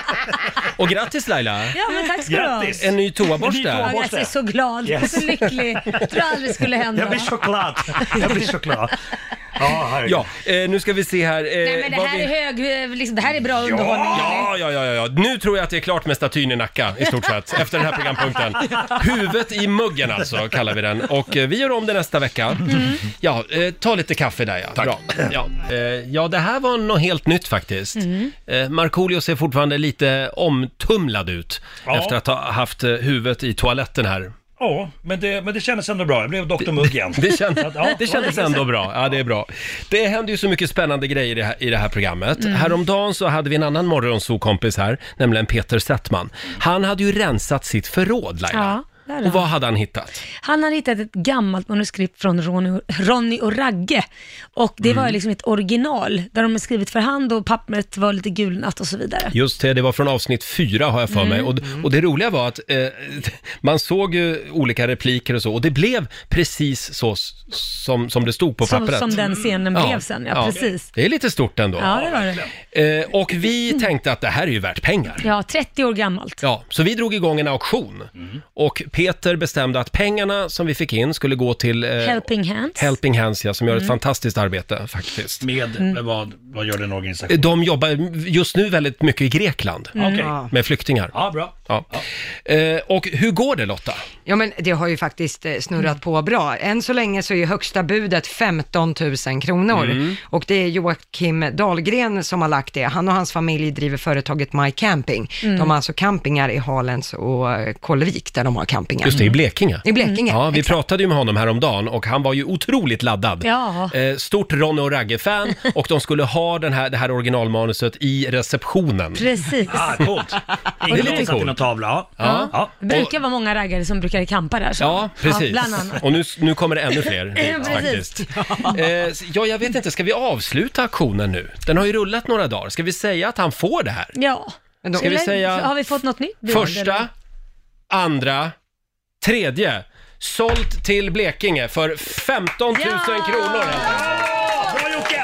Och grattis Laila! Ja, men tack ska du ha. Grattis. En ny toaborste. En ny toaborste. Jag är så glad, Yes. så lycklig. Jag tror aldrig skulle hända. Jag blir så glad. Jag blir så glad. Ja, herregud. Ja, eh, nu ska vi se här. Eh, Nej, men det vad här vi... är hög, liksom, det här är bra underhållning. Ja, ja, ja, ja, ja. Nu tror jag att det är klart med statyn i Nacka i stort sett, efter den här programpunkten. Huvudet i muggen alltså, kallar vi den. Och eh, vi gör om det nästa vecka. Mm. Ja, eh, ta lite kaffe där ja. Tack. Bra. Ja, eh, ja, det här var något helt nytt faktiskt. Mm. Eh, Markoolio ser fortfarande lite omtumlad ut Ja. efter att ha haft eh, huvudet i toaletten här. Ja, men det, men det kändes ändå bra. Jag blev doktor Mugg igen. Det, känd, Så att, ja, det kändes ändå bra. Ja, det är bra. Det händer ju så mycket spännande grejer i det här, i det här programmet. Mm. Häromdagen så hade vi en annan morgonsokompis här, nämligen Peter Settman. Han hade ju rensat sitt förråd, Laila. Ja, det hade Och vad han. hade han hittat? Han har hittat ett gammalt manuskript från Ronny, Ronny och Ragge. Och det Mm. var liksom ett original där de har skrivit för hand och pappret var lite gulnat och så vidare. Just det, det var från avsnitt fyra har jag för mig. Och, och det roliga var att eh, man såg ju olika repliker och så, och det blev precis så s- som, som det stod på Som, pappret. som den scenen Ja, blev sen, ja, ja. precis. Det är lite stort ändå. Ja, det var det. Eh, och vi tänkte att det här är ju värt pengar. Ja, trettio år gammalt. Ja, så vi drog igång en auktion. Och Peter bestämde att pengarna som vi fick in skulle gå till eh, Helping Hands. Helping Hands, ja, som gör ett fantastiskt arbete faktiskt. Med, Mm. vad, vad gör den organisationen? De jobbar just nu väldigt mycket i Grekland Okej. Ja. med flyktingar. Ja, bra. Ja. Eh, och hur går det Lotta? Ja, men det har ju faktiskt eh, snurrat på bra. Än så länge så är ju högsta budet femton tusen kronor. Och det är Joakim Dahlgren som har lagt det. Han och hans familj driver företaget My Camping. De har alltså campingar i Halens och eh, Kållevik där de har campingar. Just det, i Blekinge. I Blekinge. Ja, vi exakt. pratade ju med honom häromdagen och han var ju otroligt laddad. Ja. Eh, stort Ronny och Ragge-fan och de skulle ha den här, det här originalmanuset i receptionen. Precis. Ah, coolt. är Ingen lite satt i coolt. någon tavla. Ja. Ja. Ja. Det brukar vara många raggare som brukar campa där. Så. Ja, precis. bland annat. Och nu, nu kommer det ännu fler dit, Ja, precis. faktiskt. Eh, ja, jag vet inte, ska vi avsluta auktionen nu? Den har ju rullat några dagar. Ska vi säga att han får det här? Ja. Men då- Ska vi Eller, säga har vi fått något nytt? bidrag, eller? första, andra, tredje, sålt till Blekinge för femton tusen Ja! kronor. Bra Jocke!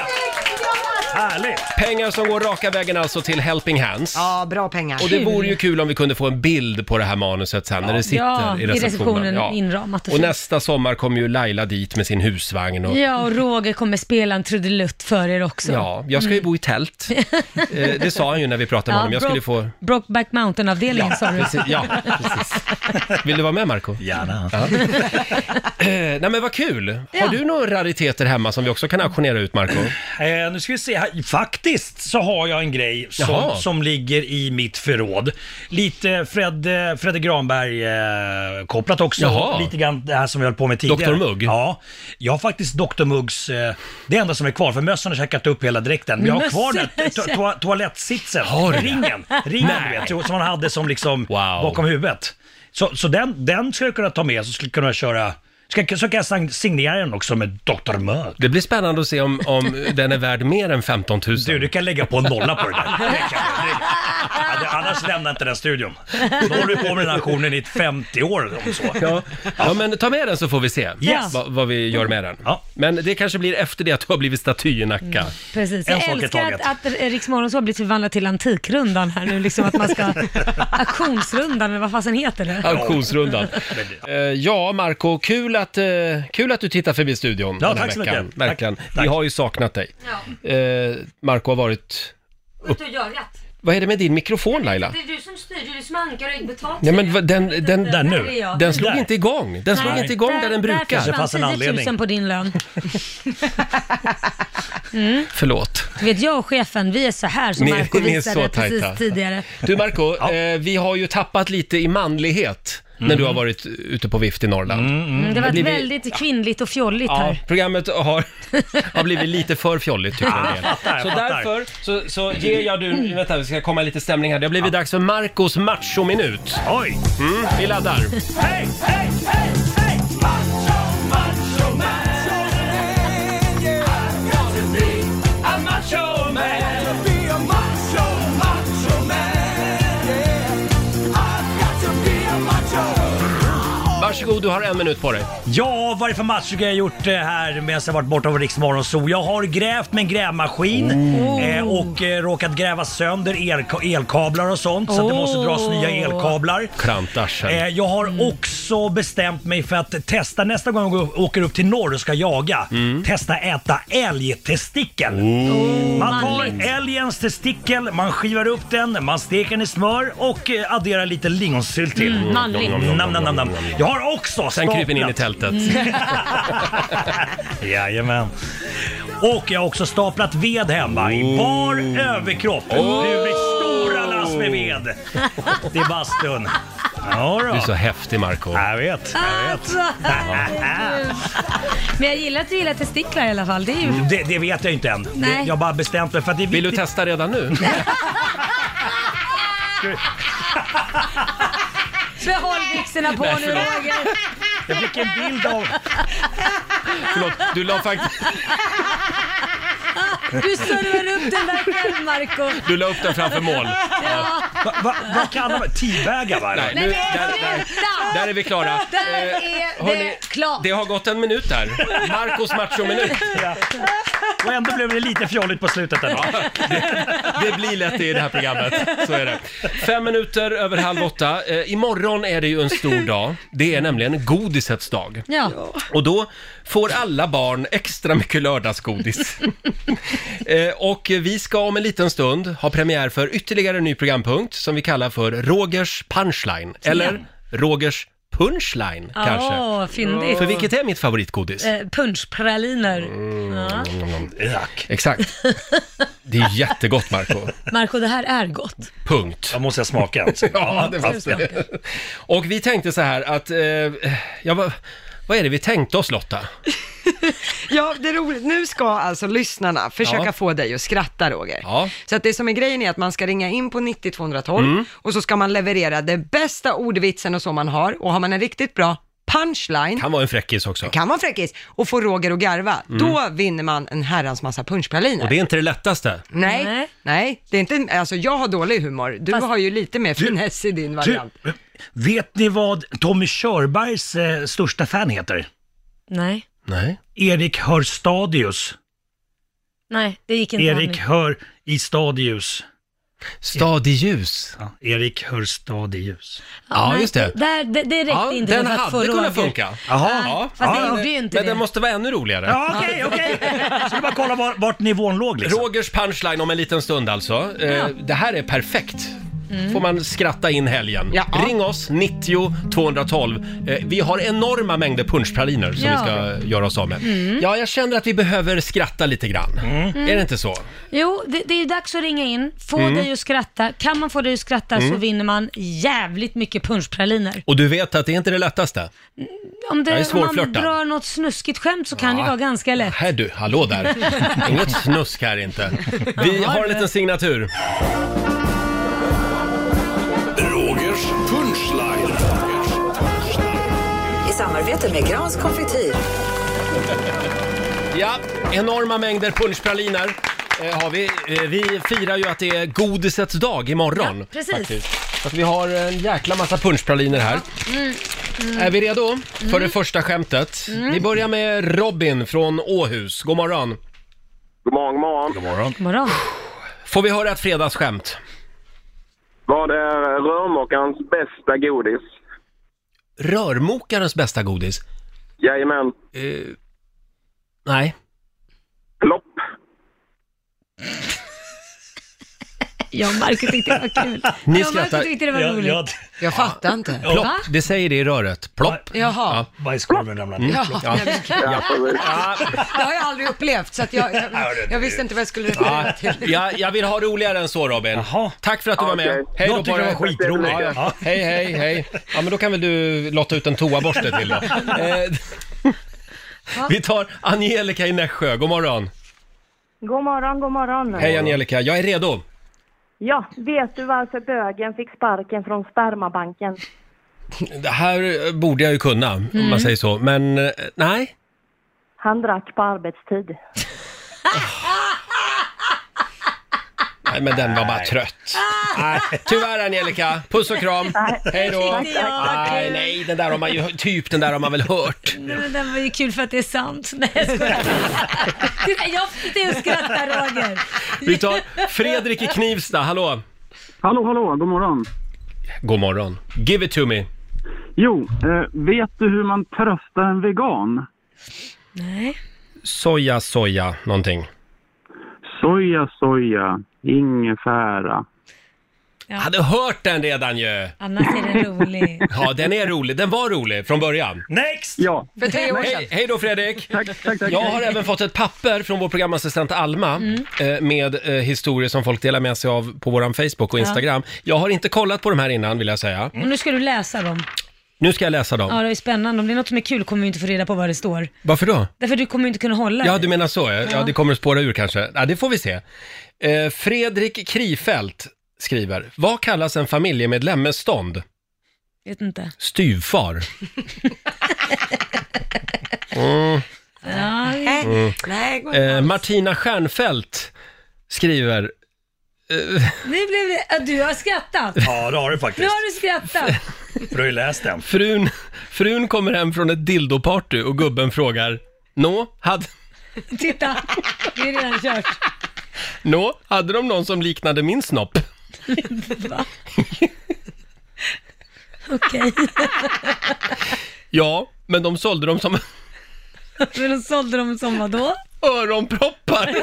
Härligt! Pengar som går raka vägen alltså till Helping Hands. Ja, bra pengar. Och det vore ju kul om vi kunde få en bild på det här manuset sen när det sitter Ja, i i receptionen. receptionen inramat och Och fint. nästa sommar kommer ju Laila dit med sin husvagn. Och, Ja, och Roger kommer spela en trudelutt för er också. ja, jag ska ju bo i tält. eh, det sa han ju när vi pratade med honom. Jag skulle få... Brokeback Mountain-avdelningen sa du. Precis, ja, precis. Vill du vara med Marco? Gärna. Ja. eh, nej men vad kul! Har Ja. du några rariteter hemma som vi också kan auktionera ut, Marco? Eh, nu ska vi se här. Faktiskt så har jag en grej Jaha. som, som ligger i mitt förråd. Lite Fred, eh, Fredde Granberg eh, kopplat också. Jaha. Lite grann det här som vi höll på med tidigare. doktor Mugg? Ja. Jag har faktiskt doktor Muggs, eh, det enda som är kvar, för mössan har käkat upp hela dräkten. Men jag har kvar den Mössan to- to- toalettsitsen. Har du det? Ringen. Ringen du vet, som man hade som liksom Wow. bakom huvudet. Så, så den, den ska jag kunna ta med, så skulle jag kunna köra. Ska, så kan jag sign- signera den också med doktor Mugg. Det blir spännande att se om, om den är värd mer än femton tusen. Du, du kan lägga på en nolla på det där. Det kan du. Det, ja, det, annars lämnar inte den studion. Då håller du på med den auktionen i femtio år om så. Ja. ja, men ta med den så får vi se Yes. vad, vad vi gör med den. Ja. Men det kanske blir efter det att du har blivit staty i Nacka. Precis. En Jag sak i älskar taget. att, att Riks Morgonzoo har blivit förvandlat till Antikrundan här nu, liksom att man ska... Auktionsrundan, eller vad fasen heter det? Auktionsrundan. Eh, ja, Marco, kul att, eh, kul att du tittar förbi studion Ja, den här tack så veckan. mycket. Verkligen. Tack, Vi tack. har ju saknat dig. Ja. Eh, Marco har varit... Ute och görgat. Vad är det med din mikrofon, Laila? Det är du som styr, det är du som ankar och äggpotatis. Ja, men vad- den, den, Där nu. den slog Där. inte igång. Den slog Nej. inte igång där den brukar. Det Där fanns en försvann tio tusen anledning. på din lön. Förlåt. Du vet, jag och chefen, vi är så här som Ni- Marco ni är visade så precis tajta. tidigare. Du Marco, Ja. eh, vi har ju tappat lite i manlighet när du har varit ute på vift i Norrland. Mm, det var Det blir vi- väldigt kvinnligt och fjolligt Ja, här. programmet har, har blivit lite för fjolligt tycker en del. fattar, Så fattar. därför så, så ger jag du, vänta vi ska komma i lite stämning här. Det har blivit dags för Marcos machominut. Oj! Mm, vi laddar. Hej, hej, hej, hej! Macho, macho man. I've got to be a macho man. Be a macho, macho man. I've got to be a macho. Varsågod, du har en minut på dig. Ja, vad är det för match jag har gjort eh, här medan jag varit borta av Rix Morgon Zoo? Jag har grävt med en grävmaskin eh, och eh, råkat gräva sönder elka- elkablar och sånt, så att det måste dras nya elkablar. Klantarsel. Eh, jag har också bestämt mig för att testa nästa gång jag åker upp till norr och ska jaga. Testa äta älgtestikel. Man tar manligt. älgens testikel, man skivar upp den, man steker den i smör och eh, adderar lite lingonsylt till. Mm, manligt. Nam, nam, nam, nam. Jag har också Sen kryper ni in i staplat. tältet. Jajamän. Och jag har också staplat ved hemma i bar överkropp. Det blir stora lass med ved. Det är bastun. Ja, Du är så då. häftig Marco. Jag vet, jag vet. Alltså, herregud. Men jag gillar att du gillar testiklar i alla fall. Det är ju... Det, det vet jag inte än. Det, Nej. jag har bara bestämt mig för att det är Vill du viktigt. testa redan nu? Behåll byxorna på Nej, nu förlåt. Roger. Jag fick en bild av... Förlåt, du la faktiskt... Du servar upp den där själv Marco. Du la upp den framför mål. Ja. Va, va, vad kan man... Teabaggar va? Nej, Nej, nu, men där, där, sluta! där är vi klara. Där Eh, är hörni, det klart. Det har gått en minut där. Marcos machominut. Ja. Och ändå blev det lite fjolligt på slutet ändå. Det blir lätt det i det här programmet. Så är det. Fem minuter över halv åtta. Eh, imorgon är det ju en stor dag. Det är nämligen godisets dag. Ja. Och då får alla barn extra mycket lördagsgodis. eh, och vi ska om en liten stund ha premiär för ytterligare en ny programpunkt som vi kallar för Rogers punchline. Eller Rogers punchline kanske. Åh, fyndigt. För vilket är mitt favoritgodis? Eh, punschpraliner. Ja. Ök. Exakt. Det är jättegott, Marco. Marco, det här är gott. Punkt. Jag måste jag smaka alltså. Ja, det var det. Och vi tänkte så här att, eh, ja, vad, vad är det vi tänkte oss, Lotta? Ja, det är roligt. Nu ska alltså lyssnarna försöka Ja. få dig att skratta, Roger. Ja. Så att det som är grejen är att man ska ringa in på nittio tvåhundratolv och så ska man leverera det bästa ordvitsen och så man har. Och har man en riktigt bra punchline, Kan vara en fräckis också. kan man fräckis, och få Roger att garva, då vinner man en herrans massa punschpraliner. Och det är inte det lättaste. Nej, Nej. nej, det är inte, alltså jag har dålig humor. Du Fast- har ju lite mer finess i din variant. Du, vet ni vad Tommy Körbergs eh, största fan heter? Nej. Nej. Erik Hörstadius. Nej, det gick inte Erik an. Hör i Stadius. Stadig ljus. Ja, Erik Hörstadius. Ja, nej, just det. Där, det, det räckte Ja, inte den för att få hade kunnat Roger. funka. Jaha. Ja, Fast det men- gjorde ju inte Men det. den måste vara ännu roligare. Ja, okej, okej. Jag skulle bara kolla var, vart nivån låg liksom. Rogers punchline om en liten stund alltså. Eh, det här är perfekt. Får man skratta in helgen. Ja. Ring oss, nittio tvåhundratolv. Eh, vi har enorma mängder punschpraliner som Ja. vi ska göra oss av med. Ja, jag känner att vi behöver skratta lite grann. Är det inte så? Jo, det, det är ju dags att ringa in, få Mm. dig att skratta. Kan man få dig att skratta så vinner man jävligt mycket punschpraliner. Och du vet att det är inte det lättaste. Om, det, Jag är om man svårflörtad. drar något snuskigt skämt så kan det vara ganska lätt. Här du, hallå där. Inget snusk här inte. Vi har en liten signatur. Rogers punchline. I samarbete med Grans konfektyr. Ja, enorma mängder punschpraliner eh, har vi. Eh, vi firar ju att det är godisets dag imorgon. Ja, precis. Faktiskt. Så att vi har en jäkla massa punschpraliner här. Är vi redo för det första skämtet? Vi börjar med Robin från Åhus. God morgon. God morgon, god morgon. God morgon. God morgon. Får vi höra ett fredagsskämt? Vad är rörmokarens bästa godis? Rörmokarens bästa godis? Jajamän. Eh, nej. Plopp. Jag och Marco tyckte det var kul. Ni Jag och Marco skrattar. tyckte det var Jag, roligt. jag, Jag fattar inte. Plopp, Va? det säger det i röret. Plopp. Jaha. Ja. bajskorven ramlade ner. Ja, Ja. nej, men- Ja, precis. Ja, det har jag aldrig upplevt, så att jag, jag, jag visste inte vad jag skulle referera ja, till. jag, jag vill ha roligare än så, Robin. Jaha. Tack för att du var med. Okej. Hej då Jag på tycker det dig. var skitroligt. Ja, ja. Ja. Hej, hej, hej. Ja, men då kan väl du lotta ut en toaborste till då. Eh, vi tar Angelica i Nässjö. God morgon. God morgon, god morgon. Hej Angelica, jag är redo. Ja, vet du varför bögen fick sparken från spermabanken? Det här borde jag ju kunna, om man säger så. Men eh, nej. Han drack på arbetstid. Nej, men den var bara trött. Nej, tyvärr Angelica. Puss och kram. Hej då. Nej, nej, den där har man ju, typ den där har man väl hört. Nej, men den var ju kul för att det är sant. Nej, jag skojar. Titta, jag fick dig att skratta, Roger. Vi tar Fredrik i Knivsta, hallå. Hallå, hallå, god morgon. God morgon. Give it to me. Jo, eh, vet du hur man tröstar en vegan? Nej. Soja, soja, någonting. Soja, soja, ingefära. Jag hade hört den redan ju. Annars är den rolig. Ja, den är rolig. Den var rolig från början. Next! Ja. För tre år sedan. Hej, hej då Fredrik. Tack, tack, tack. Jag har även fått ett papper från vår programassistent Alma eh, med eh, historier som folk delar med sig av på våran Facebook och Instagram. Jag har inte kollat på de här innan, vill jag säga. Och nu ska du läsa dem. Nu ska jag läsa dem. Ja, det är spännande. Om det är något som är kul kommer vi inte få reda på vad det står. Varför då? Därför du kommer inte kunna hålla Ja, det. du menar så. Ja, ja det kommer att spåra ur kanske. Ja, det får vi se. Eh, Fredrik Krifelt skriver, vad kallas en familjemedlem med stånd? Vet inte. Styvfar. Mm. Ja, Nej, nej, gå Eh, inte. Martina Stjernfeldt skriver, nu blev det... Ja, du har skrattat. Ja, det har du Nu faktiskt. har du skrattat. För du har ju läst den. frun, frun kommer hem från ett dildoparty och gubben frågar, Nå, hade, Titta, det är redan kört. nå, hade de någon som liknade min snopp? Va? Okej. Ja, men de sålde dem som Men de sålde dem som vad då? öronproppar.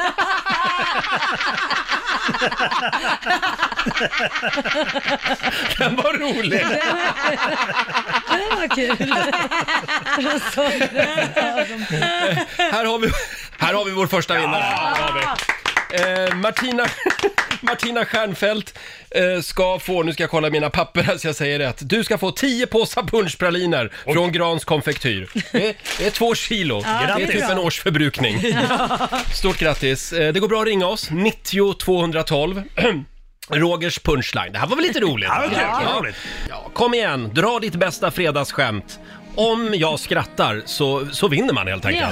Den var rolig. Det var kul. De sålde dem. Här har vi, här har vi vår första vinnare. Här har vi. Eh, Martina, Martina Stjernfeldt eh, ska få, nu ska jag kolla mina papper här så jag säger rätt. Du ska få tio påsar punschpraliner från Grans konfektyr. Det är, det är två kilo. Ja, det är det är typ bra. en årsförbrukning. Stort grattis. Eh, det går bra att ringa oss. nittio tvåhundratolv. Rogers punchline. Det här var väl lite roligt? Ja, det var kul. Ja. Roligt. Ja, kom igen, dra ditt bästa fredagsskämt. Om jag skrattar så, så vinner man helt enkelt.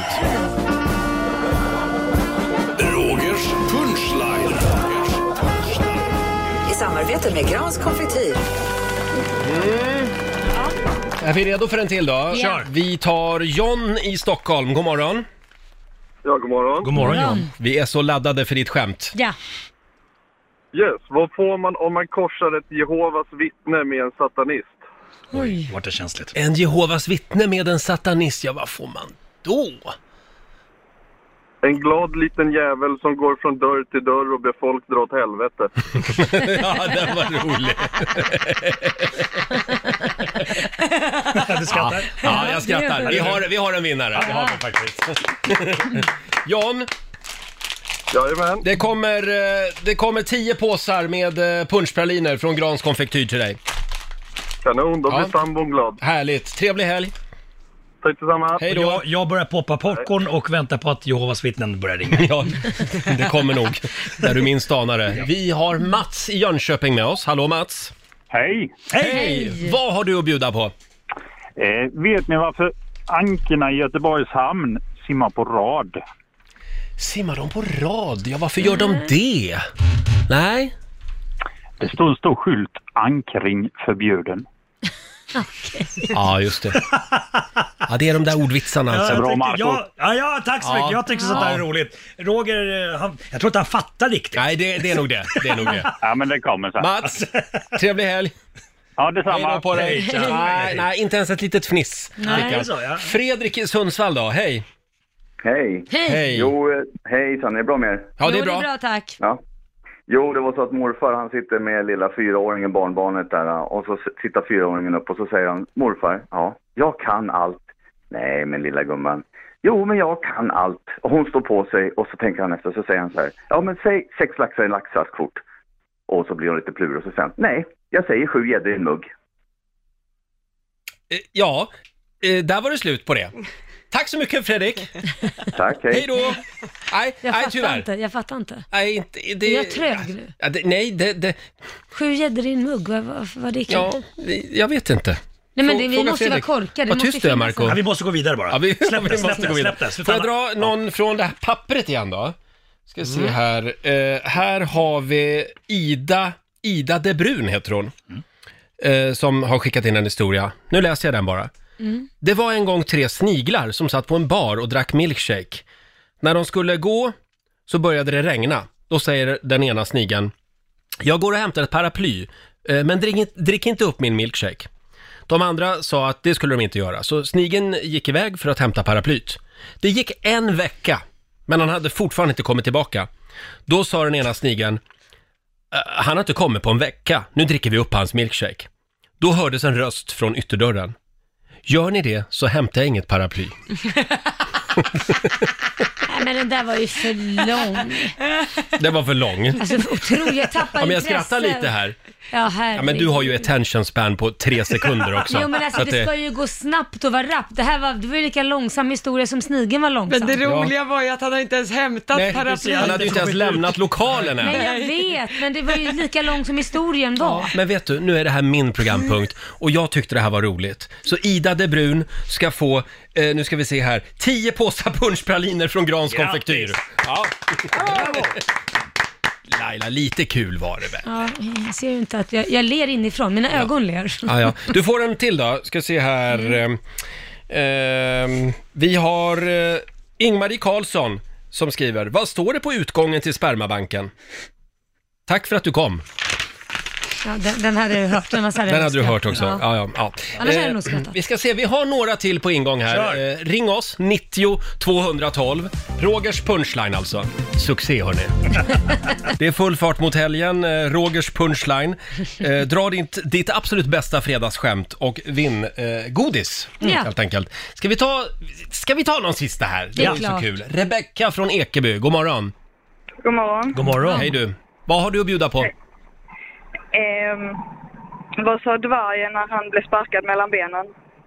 Rogers punchline. I samarbete med Grans konfektyr. Är vi redo för en till då? Ja. Vi tar John i Stockholm. God morgon. Ja, god morgon. God morgon John. Vi är så laddade för ditt skämt. Ja. Yes, vad får man om man korsar ett Jehovas vittne med en satanist? Oj. Vart det känsligt. En Jehovas vittne med en satanist, ja vad får man då? En glad liten jävel som går från dörr till dörr och ber folk dra åt helvete. Ja, den var rolig. Du skrattar? Ja, jag skrattar. Vi har, vi har en vinnare. Det har vi faktiskt. John, Jajamän. det kommer, eh, det kommer tio påsar med eh, punschpraliner från Grans konfektyr till dig. Kanon, då blir Ja. sambon glad. Härligt. Trevlig helg. Tack detsamma. Hej då. Jag, jag börjar poppa popcorn och väntar på att Jehovas vittnen börjar ringa. Ja, det kommer nog. Där du minst anar det. Vi har Mats i Jönköping med oss. Hallå Mats. Hej! Hej! Vad har du att bjuda på? Eh, vet ni varför ankorna i Göteborgs hamn simmar på rad? Simmar de på rad? Ja, varför gör de det? Nej? Det står en stor skylt, ankring förbjuden. Ja, just det. Ja, det är de där ordvitsarna alltså. jag bra, tycker- Marco. ja, ja, ja, tack så Ja. mycket. Jag tycker sånt där är roligt. Roger, eh, han, jag tror inte han fattar riktigt. Nej, det, det är nog det. Det är nog det. Ja, men det kommer sen. Mats, trevlig helg. Ja, Hej detsamma. då på dig. Hej, ciao. Nej, nej, inte ens ett litet fniss. Nej. fick jag. Är det så, ja? Fredrik i Sundsvall då, hej. Hej. Hej. Hej. Jo, eh, hejsan, är det bra med er? Ja, det är Jo, bra. det är bra, tack. Ja. Jo, det var så att morfar han sitter med lilla fyraåringen, barnbarnet där, och så tittar fyraåringen upp och så säger han, morfar, ja, jag kan allt. Nej, men lilla gumman, jo, men jag kan allt. Och hon står på sig och så tänker han efter, så säger han så här, ja, men säg sex laxar i en laxask fort. Och så blir hon lite plur och så säger han, nej, jag säger sju gäddor i en mugg. Eh, ja, eh, där var det slut på det. Tack så mycket, Fredrik. Tack, hej. Hej då. Nej, Jag nej fattar tyvärr. inte, jag fattar inte. Nej, inte, det, Är jag trög nu? Ja, det, nej, det, det... Sju gäddor i en mugg, vad, vad, vad det kan? Ja, vi- jag vet inte. Nej, men Frå- det, vi fråga måste ju vara Fredrik. korkade. Vad Det måste tyst du är, finnas Marco. en- Ja, vi måste gå vidare bara. Ja, vi, Släpp det, vi släpp måste det, gå vidare. släpp det. Får jag dra någon från det här pappret igen då? Ska se Mm. här. Eh, här har vi Ida, Ida De Brun heter hon. Eh, som har skickat in en historia. Nu läser jag den bara. Mm. Det var en gång tre sniglar som satt på en bar och drack milkshake. När de skulle gå så började det regna. Då säger den ena snigeln, jag går och hämtar ett paraply, eh, men drick, drick inte upp min milkshake. De andra sa att det skulle de inte göra, så snigeln gick iväg för att hämta paraplyt. Det gick en vecka, men han hade fortfarande inte kommit tillbaka. Då sa den ena snigeln, han har inte kommit på en vecka, nu dricker vi upp hans milkshake. Då hördes en röst från ytterdörren. Gör ni det så hämtar jag inget paraply. Nej, men den där var ju för lång. Det var för lång. Alltså otroligt, jag tappar Ja, men jag intresse. skrattar lite här. Ja, Ja, men du har ju attention span på tre sekunder också. Jo, men alltså Så att det ska ju gå snabbt och vara rappt. Det här var, det var ju lika långsam historia som snigeln var långsam. Men det roliga var ju att han inte ens hämtat Nej, paraply. han hade ju inte ens lämnat lokalen än. Men jag vet, men det var ju lika lång som historien var. Men vet du, nu är det här min programpunkt och jag tyckte det här var roligt. Så Ida De Brun ska få, eh, nu ska vi se här, tio påsar punschpraliner från Grans konfektyr. Ja. Laila, lite kul var det väl? Ja, jag ser ju inte att jag, jag ler inifrån, mina ögon ler. Ja, ja. Du får en till då, ska se här. Mm. Eh, vi har eh, Ingmarie Karlsson som skriver, vad står det på utgången till spermabanken? Tack för att du kom. Ja, den, den hade jag hört. Den, var så här Den hade du hört skrattat. också. Ja. Ja, ja, ja. Annars hade jag Eh, nog skrattat. vi ska se, vi har några till på ingång här. Eh, ring oss, nittio tvåhundratolv. Rogers punchline alltså. Succé hörni. Det är full fart mot helgen. Eh, Rogers punchline. Eh, dra ditt, ditt absolut bästa fredagsskämt och vinn eh, godis. Ja. Helt enkelt. Ska vi ta, ska vi ta någon sista här? Det är är så klart. kul. Rebecka från Ekeby, god morgon. God morgon. God morgon. Hej du. Vad har du att bjuda på? Ehm, vad sa dvärgen när han blev sparkad mellan benen?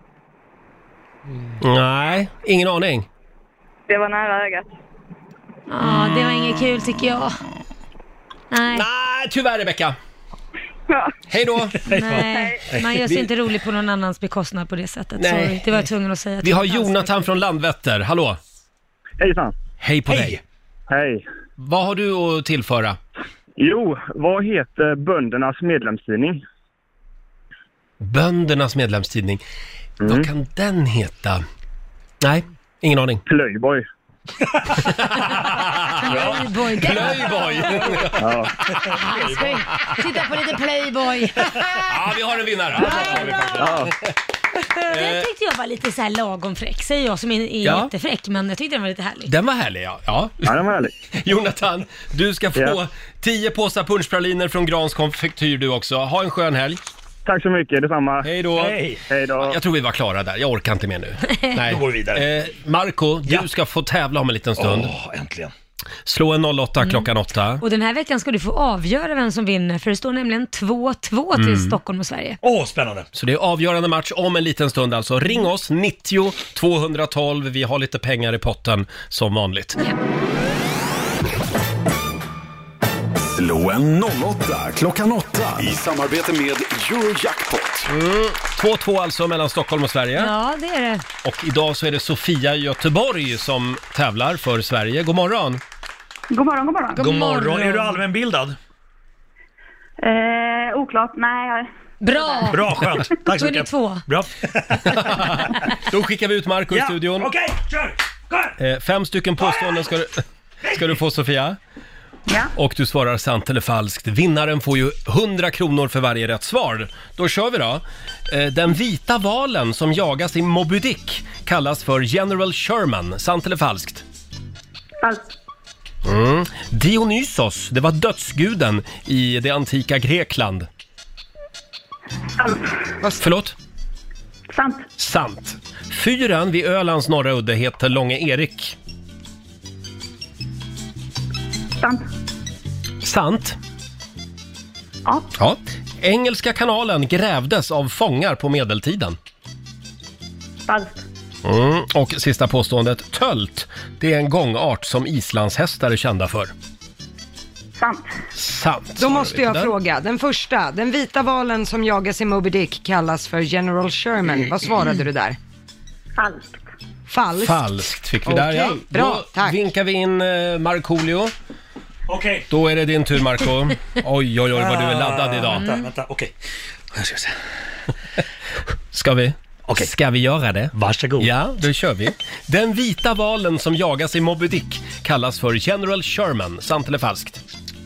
Nej, ingen aning. Det var nära ögat. Ja, det var inget kul tycker jag. Nej, Nej, tyvärr Rebecka. Ja. Hej då. nej. Man gör sig Vi- inte rolig på någon annans bekostnad på det sättet. Nej. Sorry, det var jag tvungen att säga. Vi har Jonathan från Landvetter, hallå. Hejsan. Hej på Hej. dig. Hej. Vad har du att tillföra? Jo, vad heter böndernas medlemstidning? Böndernas medlemstidning. Mm. Vad kan den heta? Nej, ingen aning. Playboy. Playboy. Playboy! Ja. Ah, ska vi titta på lite Playboy. Ja, vi har en vinnare. Ja. Den tyckte jag var lite så här lagom fräck. Säger jag som är, är Ja. jättefräck, men jag tyckte den var lite härlig. Den var härlig, ja. ja. Ja, den var härlig. Jonathan, du ska få Ja. tio påsar punschpraliner från Grans konfektyr du också. Ha en skön helg. Tack så mycket, detsamma. Hej då. Hej. Hej då. Jag tror vi var klara där, jag orkar inte mer nu. Nej. Då går vi vidare. Eh, Marco, du Ja. ska få tävla om en liten stund. Åh, äntligen. Slå en noll åtta klockan åtta. Och den här veckan ska du få avgöra vem som vinner, för det står nämligen två två till Mm. Stockholm och Sverige. Åh, spännande. Så det är avgörande match om en liten stund alltså. Ring oss, nittio tvåhundratolv. Vi har lite pengar i potten som vanligt. Slå en noll åtta klockan åtta i samarbete med Eurojackpot. Mm. två två alltså mellan Stockholm och Sverige. Ja, det är det. Och idag så är det Sofia i Göteborg som tävlar för Sverige. God morgon! God morgon, god morgon. God morgon. Är du allmänbildad? Eh, oklart. Nej, jag... Bra! Bra, skönt. Tack så Då är ni mycket. två. Bra. Då skickar vi ut Marco i Ja, studion. okej, kör! Kom! Eh, fem stycken påståenden ska du, ska du få, Sofia. Ja. Och du svarar sant eller falskt. Vinnaren får ju hundra kronor för varje rätt svar. Då kör vi då. Eh, den vita valen som jagas i Moby Dick kallas för General Sherman. Sant eller falskt? Falskt. Mm. Dionysos, det var dödsguden i det antika Grekland. Sant. Förlåt? Sant. Sant. Fyren vid Ölands norra udde heter Långe Erik. Sant. Sant. Ja. Ja. Engelska kanalen grävdes av fångar på medeltiden. Falskt. Mm. Och sista påståendet, tölt, det är en gångart som islandshästar är kända för. Sant. Sant. Då måste jag fråga, den första, den vita valen som jagas i Moby Dick kallas för General Sherman. Vad svarade du där? Falskt. Falskt. Falskt fick vi där, ja. Okej, bra, Då tack. vinkar vi in eh, Markoolio. Okej. Okay. Då är det din tur, Marco. Oj, oj, oj, vad du är laddad idag. Vänta, vänta, okej. Okay. Jag ska se. Ska vi? Okay. Ska vi göra det? Varsågod. Ja, då kör vi. Den vita valen som jagas i Moby Dick kallas för General Sherman. Sant eller falskt?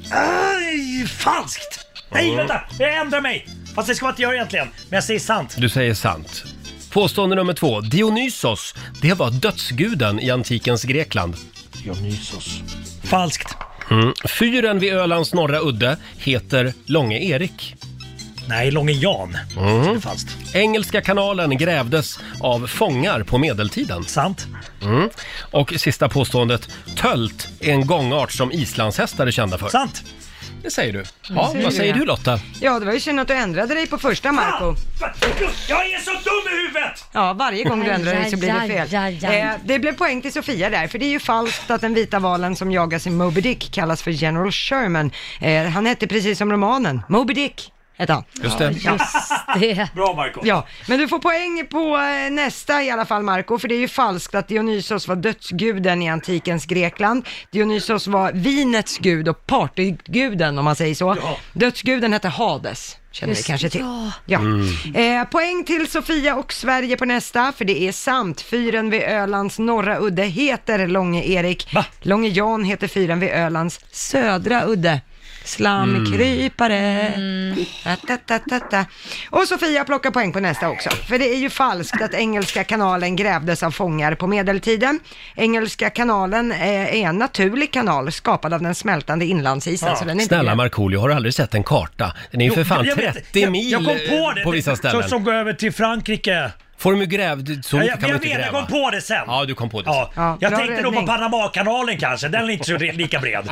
Aj, falskt! Nej, Mm. vänta! Jag ändrar mig! Fast det ska man inte göra egentligen. Men jag säger sant. Du säger sant. Påstående nummer två. Dionysos, det var dödsguden i antikens Grekland. Dionysos. Falskt. Mm. Fyren vid Ölands norra udde heter Långe Erik. Nej, Långe Jan. Mm. Det är falskt. Engelska kanalen grävdes av fångar på medeltiden. Sant. Mm. Och sista påståendet. Tölt är en gångart som islandshästar är kända för. Sant. Det säger du. Ja, säger vad du, säger ja. du, Lotta? Ja, det var ju synd att du ändrade dig på första, Marco. Jag är så dum i huvudet! Ja, varje gång du ändrar dig så blir det Aj, fel. aj, aj, aj. Eh, det blev poäng till Sofia där, för det är ju falskt att den vita valen som jagas i Moby Dick kallas för General Sherman. Eh, han hette precis som romanen, Moby Dick hette han. Just det. Ja. Det. Bra, Marco. Ja, men du får poäng på eh, nästa i alla fall, Marco, för det är ju falskt att Dionysos var dödsguden i antikens Grekland. Dionysos var vinets gud och partyguden, om man säger så. Ja. Dödsguden hette Hades. Känner vi Just kanske till. ja. Ja. Mm. Eh, poäng till Sofia och Sverige på nästa, för det är sant. Fyren vid Ölands norra udde heter Långe Erik. Va? Långe Jan heter fyren vid Ölands södra udde. Slamkrypare. Mm. Ta-ta-ta-ta-ta. Och Sofia plockar poäng på nästa också. För det är ju falskt att Engelska kanalen grävdes av fångar på medeltiden. Engelska kanalen är en naturlig kanal skapad av den smältande inlandsisen. Ja. Så den är inte Snälla grävd. Markoolio, har du aldrig sett en karta? Den är ju för fan Jag vet, trettio jag- mil jag kom på, det. på vissa ställen. Så, som går över till Frankrike. Får de ju grävd, så Ja, kan jag, man jag inte vet, jag gräva. kom på det sen. Ja, du kom på det. Ja. Ja, jag bra tänkte då på räddning. Panama-kanalen kanske. Den är inte så re- lika bred.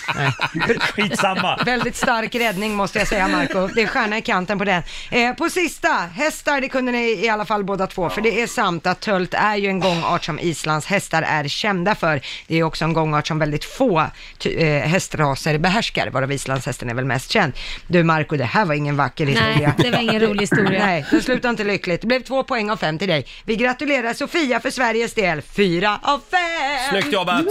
Skitsamma. Väldigt stark räddning måste jag säga, Marco. Det är stjärna i kanten på den. Eh, på sista, hästar, det kunde ni i alla fall båda två. För det är sant att tölt är ju en gångart som Islands hästar är kända för. Det är också en gångart som väldigt få ty- eh, hästraser behärskar, varav islandshästen är väl mest känd. Du, Marco, det här var ingen vacker historia. Nej, det var ingen rolig historia. Nej, det slutade inte lyckligt. Det blev två poäng av fem till dig. Vi gratulerar Sofia för Sveriges del. Fyra av fem! Snyggt jobbat!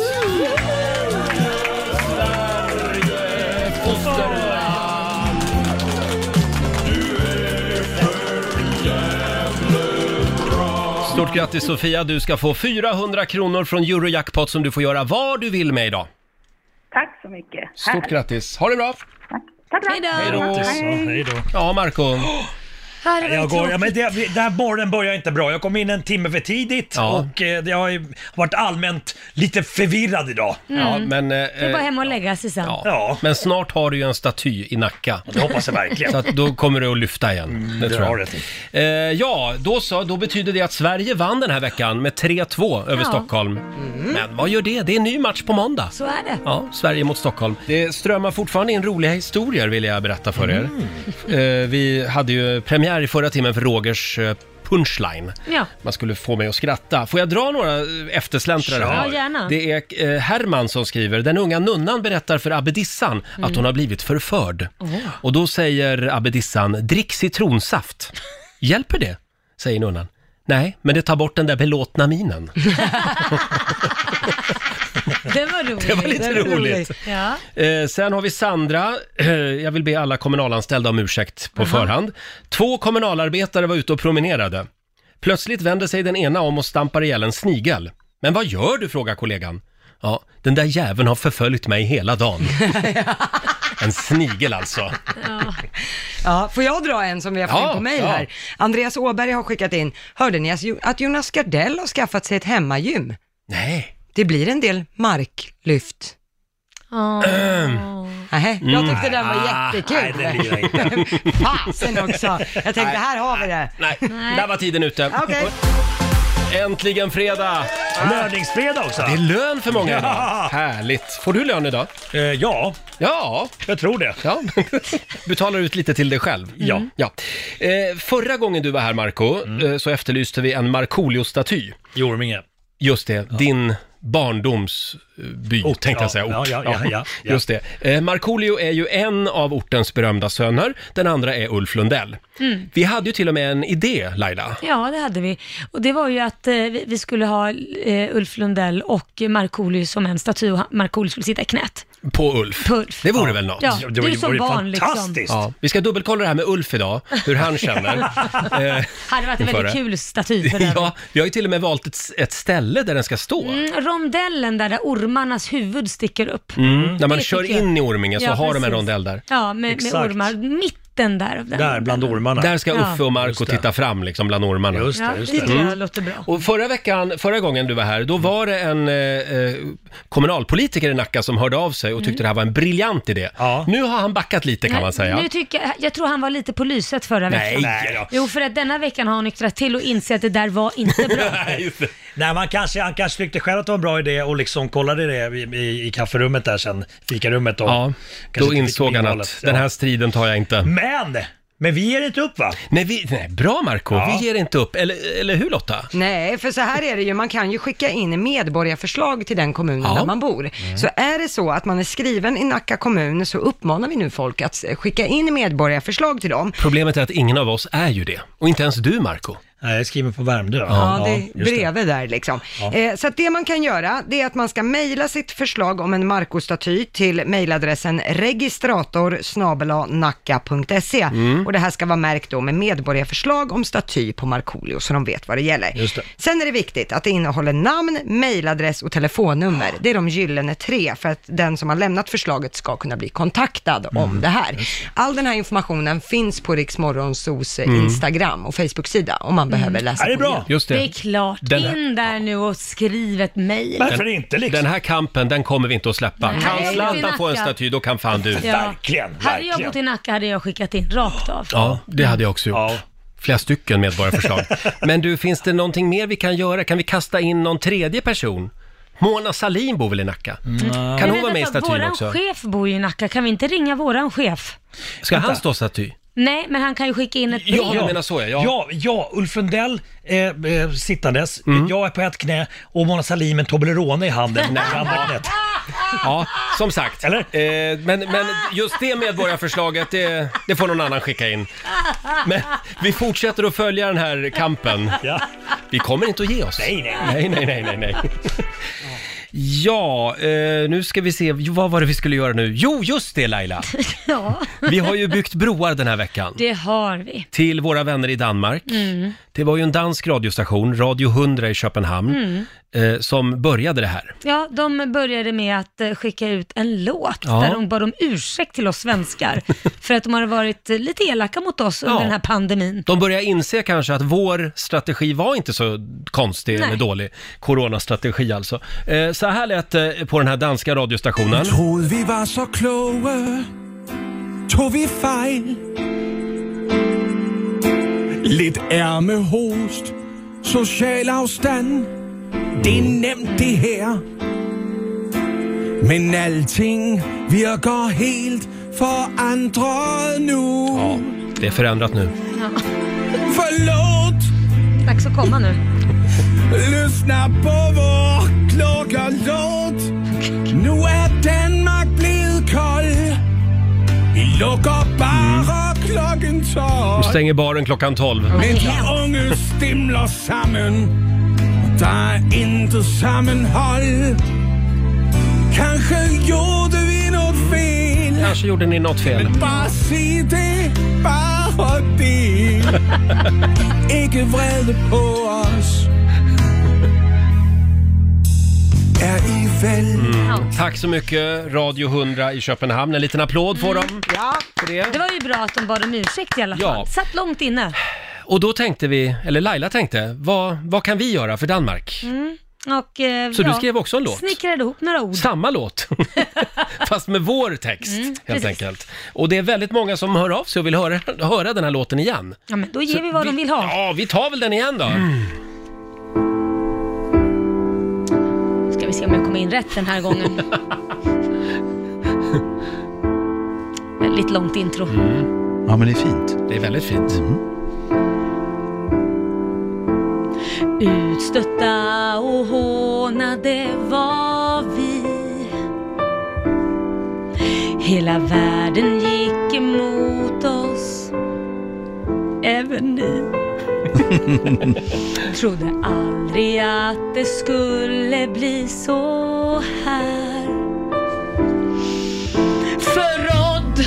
Stort grattis Sofia, du ska få fyrahundra kronor från Eurojackpot som du får göra vad du vill med idag. Tack så mycket. Stort grattis, ha det bra! Tack, tack. Hej då. Hej då! Så, hej då. Ja, Marco. Ja, det var Jag går, ja, men tråkigt. det, det här morgonen börjar inte bra. Jag kom in en timme för tidigt Ja. och eh, jag har ju varit allmänt lite förvirrad idag. Ja, men, eh, Det är bara hem och lägga sig sen. ja. Ja. men snart har du ju en staty i Nacka. Det hoppas jag verkligen. Så att då kommer du att lyfta igen. det det tror har jag. rätt i. Eh, ja, då så. Då betyder det att Sverige vann den här veckan med tre två över Ja. Stockholm. Men vad gör det? Det är en ny match på måndag. Så är det. Ja, Sverige mot Stockholm. Det strömmar fortfarande in roliga historier vill jag berätta för er. Eh, vi hade ju premiär i förra timmen för Rogers eh, punchline. Ja. Man skulle få mig att skratta. Får jag dra några eh, eftersläntrare Ja, här? gärna. Det är eh, Herman som skriver. Den unga nunnan berättar för abbedissan att hon har blivit förförd. Och då säger abbedissan, drick citronsaft. Hjälper det? Säger nunnan. Nej, men det tar bort den där belåtna minen. Det var roligt. Det var lite Det var roligt. Ja. Eh, sen har vi Sandra. Eh, jag vill be alla kommunalanställda om ursäkt på förhand. Två kommunalarbetare var ute och promenerade. Plötsligt vänder sig den ena om och stampar ihjäl en snigel. Men vad gör du, frågar kollegan. Ja, den där jäveln har förföljt mig hela dagen. En snigel alltså. Ja. Ja, får jag dra en som vi har fått Ja, in på mejl ja. här? Andreas Åberg har skickat in. Hörde ni att Jonas Gardell har skaffat sig ett hemmagym? Nej. Det blir en del marklyft. Oh. Nej, jag tyckte den var Ah, jättekul. nej, det lirar inte. Fasen också. Jag tänkte, Nej. här har vi det. Nej, där var tiden ute. Okej. Äntligen fredag! Löningsfredag också. Det är lön för många idag. Ja. Härligt. Får du lön idag? Eh, ja, Ja. jag tror det. Ja. Betalar ut lite till dig själv. Ja. ja. Eh, förra gången du var här, Marco, eh, så efterlyste vi en Markoolio-staty. Jorminge. Just det, din barndomsby, Ort, tänkte ja. jag säga. Ort. Ja, ja, ja, ja, ja. Just det. Eh, Markoolio är ju en av ortens berömda söner, den andra är Ulf Lundell. Mm. Vi hade ju till och med en idé, Laila. Ja, det hade vi. Och det var ju att eh, vi, vi skulle ha eh, Ulf Lundell och Markoolio som en staty och Markoolio skulle sitta i knät. På Ulf. På Ulf. Det vore väl något? Ja, Det det var är ju- ju som var ju barn liksom. fantastiskt. Ja, vi ska dubbelkolla det här med Ulf idag, hur han känner. eh, Hade varit en inför väldigt det. kul staty för det. Ja, vi har ju till och med valt ett, ett ställe där den ska stå. Mm, rondellen där, där ormarnas huvud sticker upp. Mm. När man Det kör tycker jag. in i Orminge så Ja, har de en precis. rondell där. Ja, med, med Exakt. ormar. Mitten där av den. Där, bland ormarna. Där ska Ja. Uffe och Marco Just det. titta fram liksom bland ormarna. Just Ja, det, just det det. tycker jag låter bra. Och förra veckan, förra gången du var här, då var det en eh, eh, kommunalpolitiker i Nacka som hörde av sig och tyckte det här var en briljant idé. Ja. Nu har han backat lite kan man säga. Nu tycker jag, jag tror han var lite på lyset förra Nej. veckan. Nej då. Jo, för att denna veckan har han nyktrat till och insett att det där var inte bra. Nej, just det. Nej, man kanske, han kanske tyckte själv att det var en bra idé och liksom kollade det i, i, i kafferummet där sen, fikarummet. Och Ja, kanske då inte fick insåg han innehållet. att den här striden tar jag inte. Men! Men vi ger inte upp va? Nej, vi, nej bra Marco, Ja. vi ger inte upp. Eller, eller hur Lotta? Nej, för så här är det ju, man kan ju skicka in medborgarförslag till den kommunen Ja. där man bor. Så är det så att man är skriven i Nacka kommun så uppmanar vi nu folk att skicka in medborgarförslag till dem. Problemet är att ingen av oss är ju det. Och inte ens du Marco. Nej, jag skriver på Värmdö. Ja, det är just det. bredvid där liksom. Eh, så att det man kan göra, det är att man ska mejla sitt förslag om en Marco-staty till mejladressen registrator snabel-a nacka punkt se. Mm. Och det här ska vara märkt då med medborgarförslag om staty på Markoolio så de vet vad det gäller. Just det. Sen är det viktigt att det innehåller namn, mejladress och telefonnummer. Det är de gyllene tre för att den som har lämnat förslaget ska kunna bli kontaktad Mm. om det här. All den här informationen finns på Rix Morgonzos eh, Mm. Instagram och Facebook-sida om man behöver läsa Ja, det är på bra. Just det. Det är klart. Den här- In där nu och skriv ett mejl. Varför inte liksom? Den här kampen, den kommer vi inte att släppa. Nej. Kan Nej, Zlatan Nacka. få en staty, då kan fan du. Ja. Verkligen, Hade jag verkligen. bott i Nacka hade jag skickat in rakt av. Ja, det hade jag också gjort. Ja. Flera stycken medborgarförslag. Men du, finns det någonting mer vi kan göra? Kan vi kasta in någon tredje person? Mona Sahlin bor väl i Nacka? Kan hon Men vara med i vänta, statyn våran också? chef bor ju i Nacka. Kan vi inte ringa våran chef? Ska han stå staty? Nej, men han kan ju skicka in ett brev. Ja, jag menar så ja. ja. Ja, ja, Ulf Lundell eh, eh, sittandes, Mm. jag är på ett knä och Mona Sahlin med en Toblerone i handen. Nej, andra knät. Ja, som sagt. Eller? Eh, men, men just det medborgarförslaget, det, det får någon annan skicka in. Men vi fortsätter att följa den här kampen. Ja. Vi kommer inte att ge oss. Nej, nej. Nej, nej, nej, nej, nej. Ja, eh, nu ska vi se. Jo, vad var det vi skulle göra nu? Jo, just det Laila. Ja, Vi har ju byggt broar den här veckan. det har vi. Till våra vänner i Danmark. Mm. Det var ju en dansk radiostation, Radio hundra i Köpenhamn, Mm. eh, som började det här. Ja, de började med att eh, skicka ut en låt Ja. där de bad om ursäkt till oss svenskar för att de har varit eh, lite elaka mot oss under Ja. den här pandemin. De börjar inse kanske att vår strategi var inte så konstig Nej. eller dålig. Coronastrategi alltså. Eh, så här lät det på den här danska radiostationen. Troede vi var så kloge, tog vi fejl. Lidt ærmehost, social afstand, det er nemt det her. Men alting virker helt forandret nu. Ja, det är förändrat nu. Ja. Förlåt, Dags att komma nu. lyssna på vår klokkerlåt. Nu er Danmark blevet kold. Vi lukker bare klokken Nu tolv. stänger baren klockan tolv. Men de unge stimler sammen. Der er intet sammenhold. Kanskje gjorde vi något fel. Kanske gjorde ni något fel. Bare sig det, bare det. Ikke vrede på os. Er I väl? Mm. Tack så mycket Radio hundra i Köpenhamn. En liten applåd får de. Ja. För det. Det var ju bra att de bad om ursäkt i alla fall. Ja. Satt långt inne. Och då tänkte vi, eller Laila tänkte, vad, vad kan vi göra för Danmark? Mm. Och, eh, Så ja, du skrev också en låt? Snickrade ihop några ord. Samma låt, fast med vår text Mm, helt precis. enkelt. Och det är väldigt många som hör av sig och vill höra, höra den här låten igen. Ja, men då ger Så vi vad de vill ha. Ja, vi tar väl den igen då. Mm. Ska vi se om jag kommer in rätt den här gången. Väldigt långt intro. Mm. Ja, men det är fint. Det är väldigt fint. Mm. Utstötta och hånade var vi. Hela världen gick emot oss. Även ni. Trodde aldrig att det skulle bli så här. Förrådd.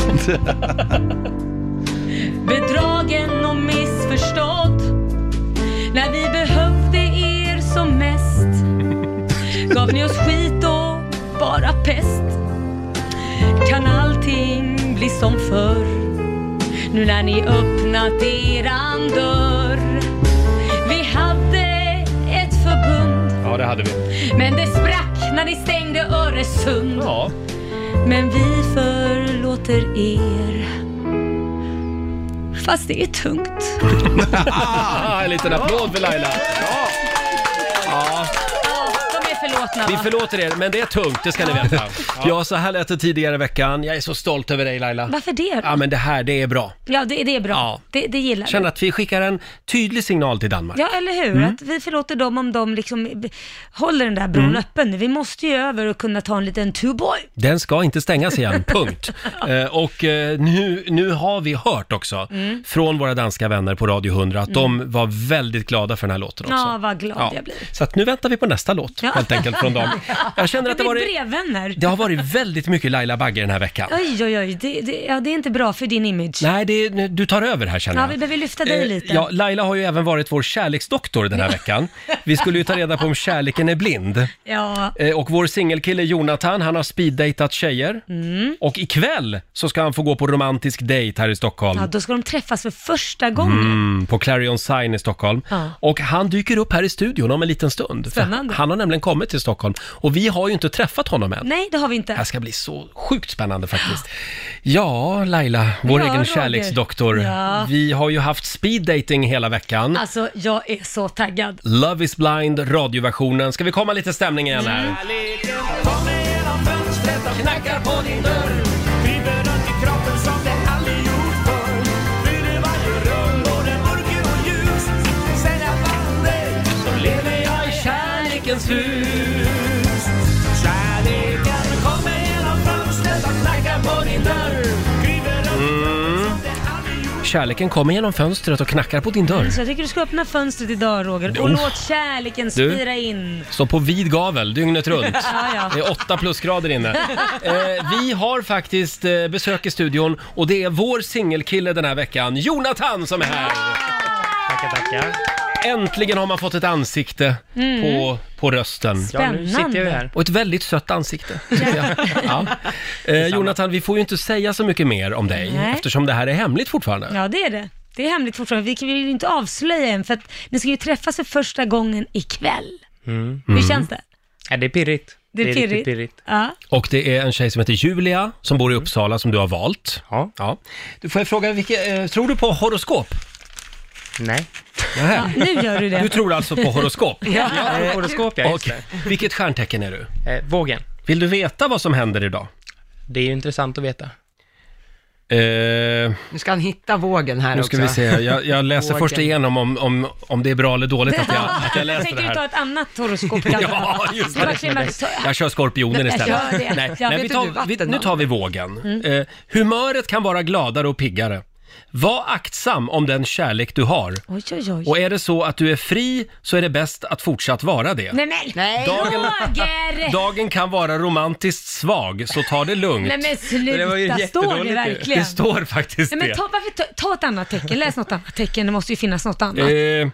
Bedragen och missförstådd. När vi behövde er som mest gav ni oss skit och bara pest. Kan allting bli som förr nu när ni öppnat eran dörr? Vi hade ett förbund. Ja, det hade vi. Men det sprack när ni stängde Öresund. Ja. Men vi förlåter er. Fast det är tungt. En liten applåd för Laila. Ja. Ja. De är förlåtna, Vi va? förlåter er, men det är tungt, det ska ni veta. Ja, så här lät det tidigare i veckan. Jag är så stolt över dig, Laila. Varför det då? Ja, men det här, det är bra. Ja, det, det är bra. Ja. Det, det gillar Känner vi. att vi skickar en tydlig signal till Danmark. Ja, eller hur? Mm. Att vi förlåter dem om de liksom b- håller den där bron Mm. öppen. Vi måste ju över och kunna ta en liten two-boy. Den ska inte stängas igen, punkt. eh, och eh, nu, nu har vi hört också Mm. från våra danska vänner på Radio hundra att Mm. de var väldigt glada för den här låten också. Ja, vad glad jag blir. Så att nu väntar vi på nästa låt, Ja. helt enkelt från dem. Jag känner att det, blir varit, brevvänner. det har varit väldigt mycket Laila Bagge den här veckan. Oj, oj, oj. Det, det, ja, det är inte bra för din image. Nej, det är, du tar över här känner Ja, jag. vi behöver lyfta dig Eh, lite. Ja, Laila har ju även varit vår kärleksdoktor den här veckan. Vi skulle ju ta reda på om kärleken är blind. Ja. Eh, Och vår singelkille Jonathan, han har speeddatat tjejer. Mm. Och ikväll så ska han få gå på romantisk date här i Stockholm. Ja, då ska de träffas för första gången. Mm, på Clarion Sign i Stockholm. Ja. Och han dyker upp här i studion om en liten stund. Spännande. Han har nämligen kommit till Stockholm. Och vi har ju inte träffat honom än. Nej, det har vi inte. Det här ska bli så sjukt spännande faktiskt. Ja, Laila, vår Ja, egen Roger. kärleksdoktor. Ja. Vi har ju haft speeddating hela veckan. Alltså, jag är så taggad. Love is blind, radioversionen. Ska vi komma lite stämning igen här? Knackar på din dörr. Kryper runt i kroppen som det aldrig gjort förr. Fyller varje rum, både mörker och ljus. Sen jag fann dig så lever jag i kärlekens hus. Kärleken kommer genom fönstret och knackar på din dörr. Kryper runt Mm. Kärleken kommer genom fönstret och knackar på din dörr. Så jag tycker du ska öppna fönstret idag, Roger. Och Jo. låt kärleken Du. spira in. Står på vid gavel dygnet runt. Ja, ja. Det är åtta plusgrader inne. Eh, vi har faktiskt eh, besök i studion och det är vår singelkille den här veckan, Jonathan, som är här. Tackar, tackar. Äntligen har man fått ett ansikte Mm. på, på rösten. Ja, nu sitter jag här. Och ett väldigt sött ansikte, tycker jag. Ja. Eh, Jonathan, vi får ju inte säga så mycket mer om dig, Nej. eftersom det här är hemligt fortfarande. Ja, det är det. Det är hemligt fortfarande. Vi kan ju inte avslöja än, för att ni ska ju träffas för första gången ikväll. Mm. Hur känns det? Ja, det är pirrigt. Det är pirrigt. riktigt pirrigt. Ja. Och det är en tjej som heter Julia, som bor i Uppsala, som du har valt. Ja. Ja. Du får jag fråga, vilket, eh, tror du på horoskop? Nej. Nähä. Ja, nu gör du det. Du tror alltså på horoskop? Ja, jag tror på horoskop, ja, just Och vilket stjärntecken är du? Eh, vågen. Vill du veta vad som händer idag? Det är ju intressant att veta. Eh, Nu ska han hitta vågen här nu också. ska vi se, jag, jag läser Vågen. först igenom om, om, om det är bra eller dåligt att jag, att jag läser Tänker det du ta här. ett annat horoskop kanske? Ja, just Det det. var kul att ta- Jag kör skorpionen Jag istället. kör det. Nej, Jag nej, vet vi inte, tar, du vi, vatten nu då. tar vi vågen. Mm. Eh, humöret kan vara gladare och piggare. Var aktsam om den kärlek du har. Oj, oj, oj. Och är det så att du är fri så är det bäst att fortsatt vara det. Nej, men, Nej. Dagen- Roger! Dagen kan vara romantiskt svag, så ta det lugnt. Nej men Det var ju sluta, står det jättedåligt ju. verkligen? Det står faktiskt Nej, men det. ta, varför, ta, ta ett annat tecken, läs något annat tecken, det måste ju finnas något annat. Eh,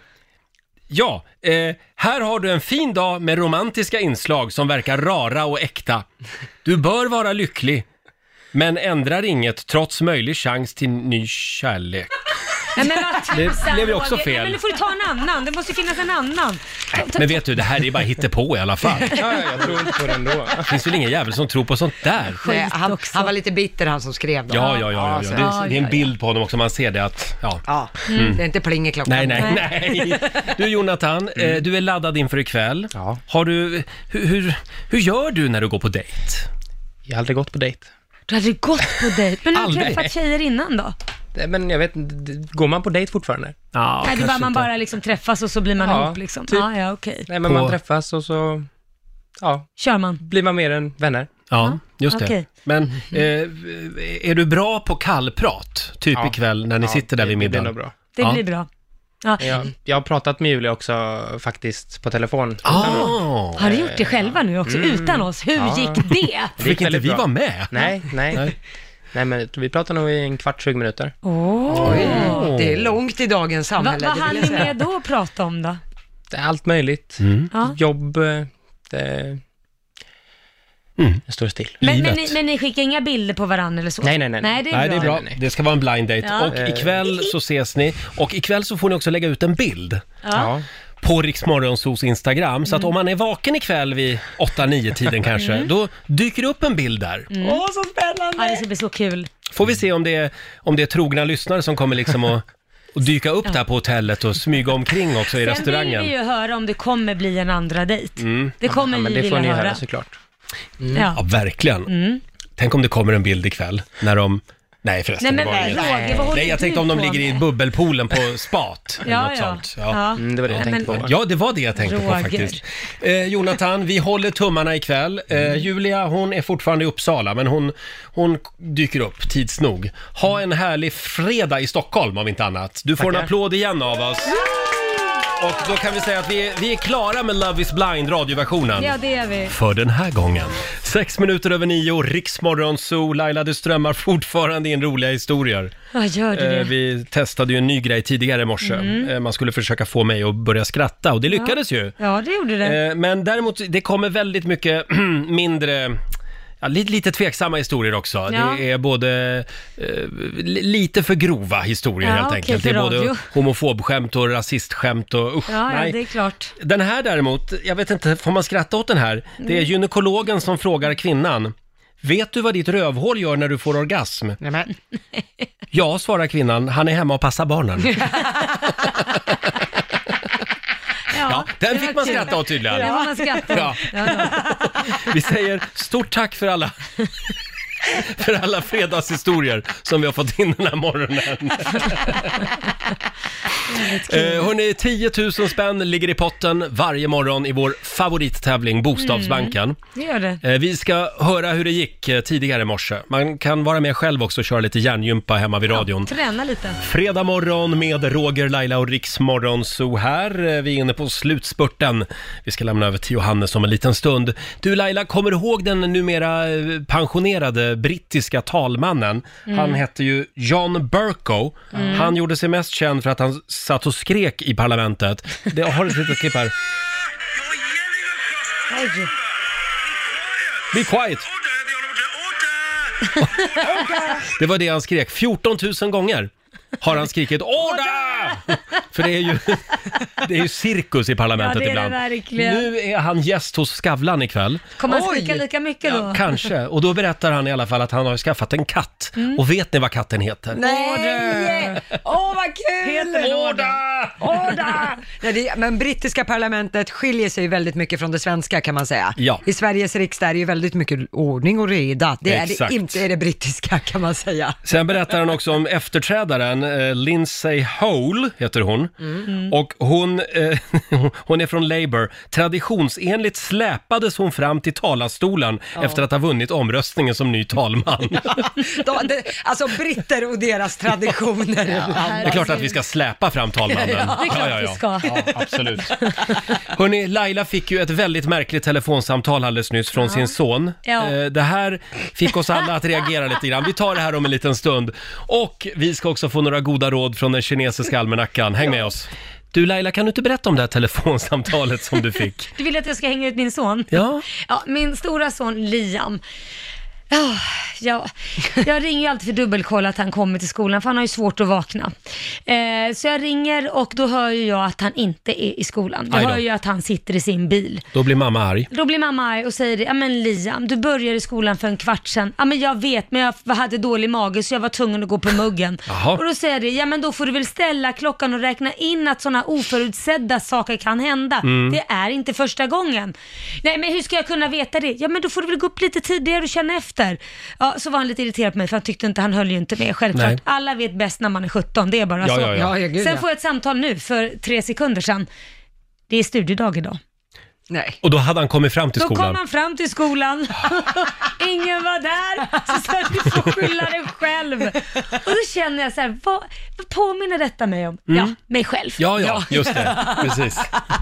ja, eh, här har du en fin dag med romantiska inslag som verkar rara och äkta. Du bör vara lycklig, men ändrar inget trots möjlig chans till ny kärlek. Nej, men vad Det tusan, blev ju också Roger. fel. Nej, men nu får du ta en annan. Det måste finnas en annan. Men vet du, det här är bara hittepå i alla fall. Ja, jag tror inte på det ändå. Det finns väl ingen jävel som tror på sånt där? Nej, han, han var lite bitter han som skrev dem. Ja, ja, ja. ja, så- ja. Det, det är en bild på honom också, man ser det att, ja. Ja, Mm. det är inte pling i klockan. Nej, nej, nej. Du Jonathan, eh, du är laddad inför ikväll. Ja. Har du, hur, hur, hur gör du när du går på dejt? Jag har aldrig gått på dejt. Du hade gått på dejt. Men har du Aldrig. träffat tjejer innan då? Nej, men jag vet inte, d- går man på dejt fortfarande? Ja, Nej, det är bara kanske man inte. bara liksom träffas och så blir man Ja, ihop liksom. typ. Ja, ja, okej. Nej, men På- man träffas och så, ja, Kör man. blir man mer än vänner. Ja, just det. okej. Men eh, är du bra på kallprat? Typ Ja. ikväll när ni Ja, sitter där vid det- det blir middagen? nog bra. Det Ja. blir bra. Ja. Jag, jag har pratat med Julia också faktiskt på telefon. Ah, Har du gjort det själva nu också, Mm. utan oss? Hur Ja. gick det? Det fick gick inte väldigt vi bra. vara med? Nej, nej. Nej. Nej, men vi pratar nog i en kvart, tjugo minuter. Åh. Oj, det är långt i dagens Va, samhälle. vad det hann vill ni jag säga. med då att prata om då? Det är allt möjligt. Mm. Ja. Jobb, eh, det, Mm. det står still. Men, men, Livet. ni, men ni skickar inga bilder på varandra eller så? Nej, nej, nej. Nej, det är Nej, bra. det är bra. Nej, nej. Det ska vara en blind date. Ja. Och ikväll så ses ni. Och ikväll så får ni också lägga ut en bild Ja. på Rix Morgonzos Instagram. Så att om man är vaken ikväll vid åtta nio tiden kanske, då dyker det upp en bild där. Åh, så spännande! Ja, det ska bli så kul. Får vi se om det är, om det är trogna lyssnare som kommer liksom att och dyka upp där på hotellet och smyga omkring också i Sen restaurangen. vill vi ju höra om det kommer bli en andra dejt. Mm. Det kommer Ja, men vi det får vilja ni höra. höra såklart. Ja, Ja. verkligen. Mm. Tänk om det kommer en bild ikväll när de... Nej förresten, Nej, men det var nej, inget. Roger, vad håller Nej, jag du tänkte om de på ligger i med? bubbelpoolen på spat eller Ja, något ja. sånt. Ja. Mm, det var det jag Nej, tänkte men- på. Ja, det var det jag tänkte på Roger. faktiskt. Eh, Jonathan, vi håller tummarna ikväll. Eh, Julia, hon är fortfarande i Uppsala, men hon, hon dyker upp tids nog. Ha en härlig fredag i Stockholm om inte annat. Du får en Tackar. applåd igen av oss. Och då kan vi säga att vi är, vi är klara med Love is blind, radioversionen. Ja, det är vi. För den här gången. Sex minuter över nio, Riksmorgon Zoo. Laila, du strömmar fortfarande in roliga historier. Ja, gör du Eh, det? vi testade ju en ny grej tidigare i morse. Mm. Eh, man skulle försöka få mig att börja skratta och det lyckades ju. Ja, det gjorde det. Eh, men däremot, det kommer väldigt mycket mindre... Ja, lite, lite tveksamma historier också. Ja. Det är både eh, li- lite för grova historier Ja, helt okej, enkelt. för Det är både radio. homofobskämt och rasistskämt och usch, Ja, ja, nej. det är klart. Den här däremot, jag vet inte, får man skratta åt den här? Det är Mm. gynekologen som frågar kvinnan. Vet du vad ditt rövhål gör när du får orgasm? Nej, men. Ja, svarar kvinnan, han är hemma och passar barnen. Ja, den det fick var man kul. skratta åt tydligen. Det var man skratta Ja. åt. Ja, ja. Vi säger stort tack för alla för alla fredagshistorier som vi har fått in den här morgonen. Eh, hörni, tio tusen spänn ligger i potten varje morgon i vår favorittävling Bokstavsbanken. Mm, det gör det. Eh, Vi ska höra hur det gick eh, tidigare i morse. Man kan vara med själv också och köra lite hjärngympa hemma vid radion. Träna lite. Fredag morgon med Roger, Laila och Rix Morgon så här. Eh, Vi är inne på slutspurten. Vi ska lämna över till Johannes om en liten stund. Du Laila, kommer du ihåg den numera eh, pensionerade brittiska talmannen? Mm. Han hette ju John Bercow. Mm. Han gjorde sig mest känd för att han satt och skrek i parlamentet. Det har du ett litet klipp här. Oj. Be quiet! Det var det han skrek. fjorton tusen gånger har han skrikit order! För det är ju, det är ju cirkus i parlamentet Ja, det är det ibland. verkligen. Nu är han gäst hos Skavlan ikväll. Kommer han Oj. skrika lika mycket då? Kanske. Och då berättar han i alla fall att han har skaffat en katt. Mm. Och vet ni vad katten heter? Nej! Åh, vad kul! Heter den Order! Order! Ja, det, men brittiska parlamentet skiljer sig ju väldigt mycket från det svenska kan man säga. Ja. I Sveriges riksdag är det ju väldigt mycket ordning och reda. Det är Exakt. det inte i det brittiska kan man säga. Sen berättar han också om efterträdaren, eh, Lindsay Hole heter hon. Mm. Och hon, eh, hon är från Labour. Traditionsenligt släpades hon fram till talarstolen efter att ha vunnit omröstningen som ny talman. De, det, alltså britter och deras traditioner. Det är klart att vi ska släpa fram talmannen. Ja, det är klart vi ska. Ja, absolut. Hörrni, Laila fick ju ett väldigt märkligt telefonsamtal alldeles nyss från sin son. Ja. Eh, Det här fick oss alla att reagera lite grann. Vi tar det här om en liten stund. Och vi ska också få några goda råd från den kinesiska almanackan. Häng med oss. Du Laila, kan du inte berätta om det här telefonsamtalet som du fick? Du vill att jag ska hänga ut min son? Ja. Ja, min stora son Liam. Oh, ja, jag ringer ju alltid för dubbelkolla att han kommer till skolan, för han har ju svårt att vakna. Eh, så jag ringer och då hör ju jag att han inte är i skolan. Jag hör ju att han sitter i sin bil. Då blir mamma arg. Då blir mamma arg och säger det, ja men Liam, du började i skolan för en kvart sedan. Ja men jag vet, men jag hade dålig mage så jag var tvungen att gå på muggen. Jaha. Och då säger jag det, ja men då får du väl ställa klockan och räkna in att sådana oförutsedda saker kan hända. Mm. Det är inte första gången. Nej men hur ska jag kunna veta det? Ja men då får du väl gå upp lite tidigare och känna efter. Ja, så var han lite irriterad på mig för han tyckte inte, han höll ju inte med. Självklart, Nej. alla vet bäst när man är sjutton, det är bara Ja, så. ja, ja. Ja, gud, Sen ja. får jag ett samtal nu för tre sekunder sedan. Det är studiedag idag. Nej. Och då hade han kommit fram till Då skolan. kom han fram till skolan. Ingen var där. Så sa du får skylla dig själv. Och då känner jag så här, vad, vad påminner detta mig om? Mm. Ja, mig själv. Ja, ja, just det. Precis.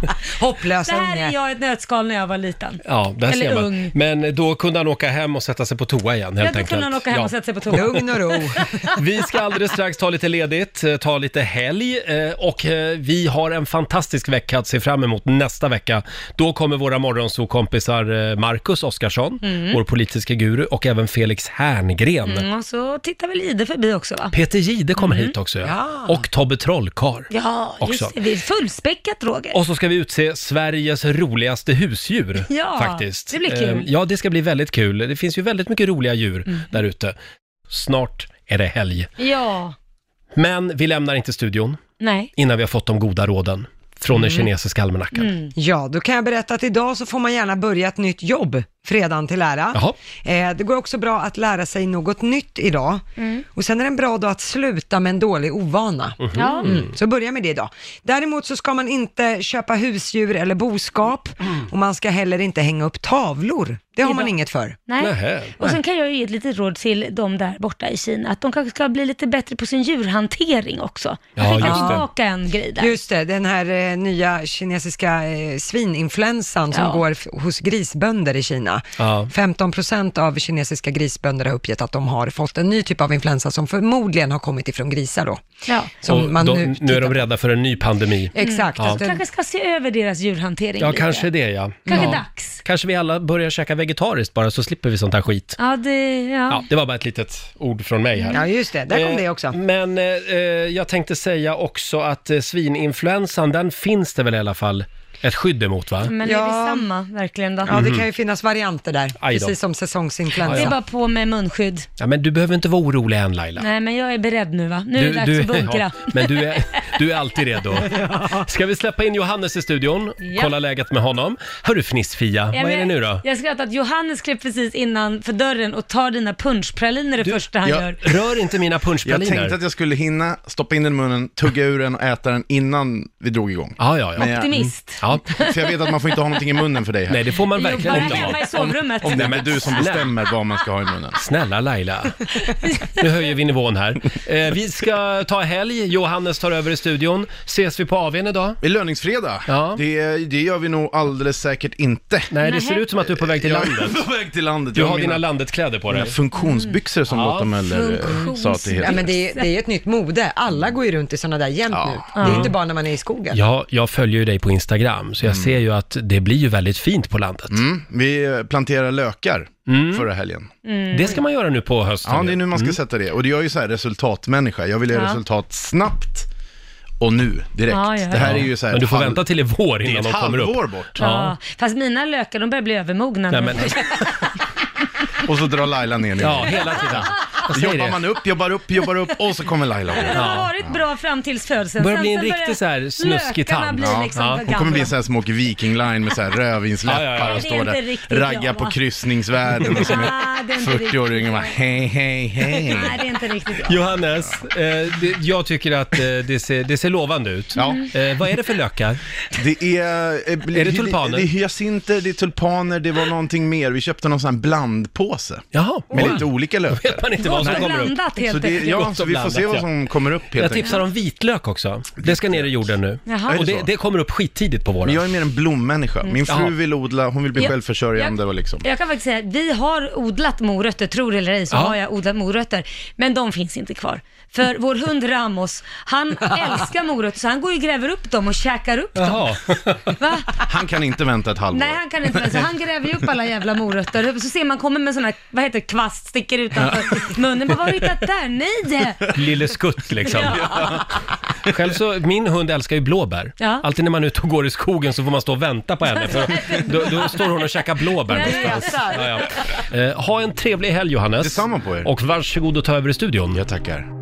Hopplös Det här unge. är jag ett nötskal när jag var liten. Ja, där Eller ser man. ung. Men då kunde han åka hem och sätta sig på toa igen, helt Ja, då enkelt. kunde han åka hem Ja. och sätta sig på toa. Lugn och ro. Vi ska alldeles strax ta lite ledigt, eh, ta lite helg eh, och eh, vi har en fantastisk vecka att se fram emot nästa vecka. Då kommer våra morgonsokompisar eh, Marcus Oskarsson, Mm. vår politiska guru, och även Felix Herngren. Mm, och så tittar väl Ide förbi också va? Peter Jihde kommer Mm. hit också, ja. Ja. Och Tobbe Trollkarl. Ja, Också. just det. Vi är fullspäckat, Roger. Och så ska vi utse Sveriges roligaste husdjur, Ja, faktiskt. det blir kul. Eh, Ja, det ska bli väldigt kul. Det finns ju väldigt mycket roliga djur Mm. där ute. Snart är det helg. Ja, Men vi lämnar inte studion nej. innan vi har fått de goda råden från den kinesiska almanackan. Mm. Ja, då kan jag berätta att idag så får man gärna börja ett nytt jobb, fredagen till ära. Jaha. Eh, det går också bra att lära sig något nytt idag. Mm. Och sen är det en bra dag att sluta med en dålig ovana. Ja. Mm. Så börja med det idag. Däremot så ska man inte köpa husdjur eller boskap och man ska heller inte hänga upp tavlor. Det har man Idag. inget för. Nej. Nähä. Och sen kan jag ju ge ett litet råd till de där borta i Kina, att de kanske ska bli lite bättre på sin djurhantering också. Jag Ja, fick just det. tillbaka en grej där. Just det, den här eh, nya kinesiska eh, svininfluensan som Ja. går f- hos grisbönder i Kina. Ja. femton procent av kinesiska grisbönder har uppgett att de har fått en ny typ av influensa som förmodligen har kommit ifrån grisar då. Ja. Som Och man de, nu, nu är tittar de på. rädda för en ny pandemi. Exakt. Ja. att den- Kanske ska se över deras djurhantering Ja, lite. kanske det, ja. Kanske ja. dags. Kanske vi alla börjar käka vegetariskt bara, så slipper vi sånt här skit. Ja, det, ja. Ja, det var bara ett litet ord från mig här. Ja, just det. Där kom Eh, det också. Men eh, eh, jag tänkte säga också att eh, svininfluensan, den finns det väl i alla fall ett skydd emot, va? Men Ja. är det samma verkligen då? Ja, det kan ju finnas varianter där, Mhm. Aj då. precis som säsongsinfluensa. Det är bara på med munskydd. Ja, men du behöver inte vara orolig än, Laila. Nej, men jag är beredd nu va? Nu är det dags att bunkra. ja, men du är, du är alltid redo. Ska vi släppa in Johannes i studion? Ja. Kolla läget med honom. Hörru Fniss-Fia, Ja, vad är det men nu då? Jag skrattar att Johannes klev precis innanför dörren och tar dina punschpraliner det första han jag- gör. Rör inte mina Jag punschpraliner. tänkte att jag skulle hinna stoppa in den i munnen, tugga ur den och äta den innan vi drog igång. Ja, ja, ja. Men jag- Optimist. Ja. För jag vet att man får inte ha någonting i munnen för dig här. Nej, det får man Jo, verkligen bara inte hemma ha. i sovrummet. Om det är du som bestämmer vad man ska ha i munnen. Snälla Laila, nu höjer vi nivån här. Eh, vi ska ta helg, Johannes tar över i studion. Ses vi på A V:n idag? I löningsfredag? Ja. Det, det gör vi nog alldeles säkert inte. Nej, det ser ut som att du är på väg till Jag landet. är på väg till landet. Du Jag har mina- dina landetkläder på dig. mina funktionsbyxor som Ja. Lotta Möller eh, sa att det Ja, heter. men det är, det är ett nytt mode. Alla går ju runt i sådana där jämt Ja. nu. Det är inte bara när man är i skogen. Ja, jag följer ju dig på Instagram, så jag ser ju att det blir ju väldigt fint på landet. Mm, vi planterar lökar Mm. förra helgen. Det ska man göra nu på hösten. Ja, det är nu man ska Mm. sätta det. Och det är ju så här resultatmänniska. Jag vill göra Ja. resultat snabbt och nu, direkt. Ja, ja, ja. Det här är ju så här Men du får halv- vänta till i vår Det är innan ett de kommer upp. halvår bort. Ja. Fast mina lökar, de börjar bli övermogna Nej, nu. men, Och så drar Laila ner ja, ner. hela tiden. Jag säger Jobbar det. man upp, jobbar upp, jobbar upp och så kommer Laila. Det har varit bra fram tills födseln. Börjar Sen bli en så riktig börjar så här snuskig lökarna tand. bli Ja, liksom ja. för Hon Hon kommer bli gamla. så här som åker Viking Line med så här rödvinsläppar Ja, ja, ja. och Det är står inte där, riktigt raggar bra, på va? kryssningsvärden och som Ah, är det är inte riktigt fyrtio-åringen och bara hej, hej, hej. Nej, det är inte riktigt bra. Johannes, eh, det, jag tycker att eh, det, ser, det ser lovande ut. Ja. Eh, vad är det för lökar? Det är... eh, Är det tulpaner? Det är hyacinter, det är tulpaner, det var någonting mer. Vi köpte någon sån här blandpåse Jaha, med oj. lite olika Vet lökar. man inte Vad vad som kommer upp. Blandat helt Så det, enkelt. ja, så vi får se vad som kommer upp helt Jag enkelt. tipsar om vitlök också. Det ska ner i jorden nu. Jaha. Och det, det kommer upp skittidigt på våren. Men jag är mer en blommänniska. Min fru Jaha. vill odla, hon vill bli Ja. självförsörjande och liksom. Jag kan faktiskt säga att vi har odlat morötter, tror det eller ej så Ja. har jag odlat morötter, men de finns inte kvar. För vår hund Ramos, han älskar morötter så han går och gräver upp dem och käkar upp dem. Jaha. Va? Han kan inte vänta ett halvår. Nej, han kan inte, så han gräver ju upp alla jävla morötter. Så ser man kommer med sån här, vad heter det, kvast, sticker utanför munnen. Vad har du hittat där? Nej! Lille skutt liksom. Själv så, min hund älskar ju blåbär. Ja. Alltid när man är ute och går i skogen så får man stå och vänta på henne. För då, då står hon och käkar blåbär Nej, någonstans. jag Ja, ja. Eh, ha en trevlig helg, Johannes. Detsamma på er. Och varsågod och ta över i studion. Jag tackar.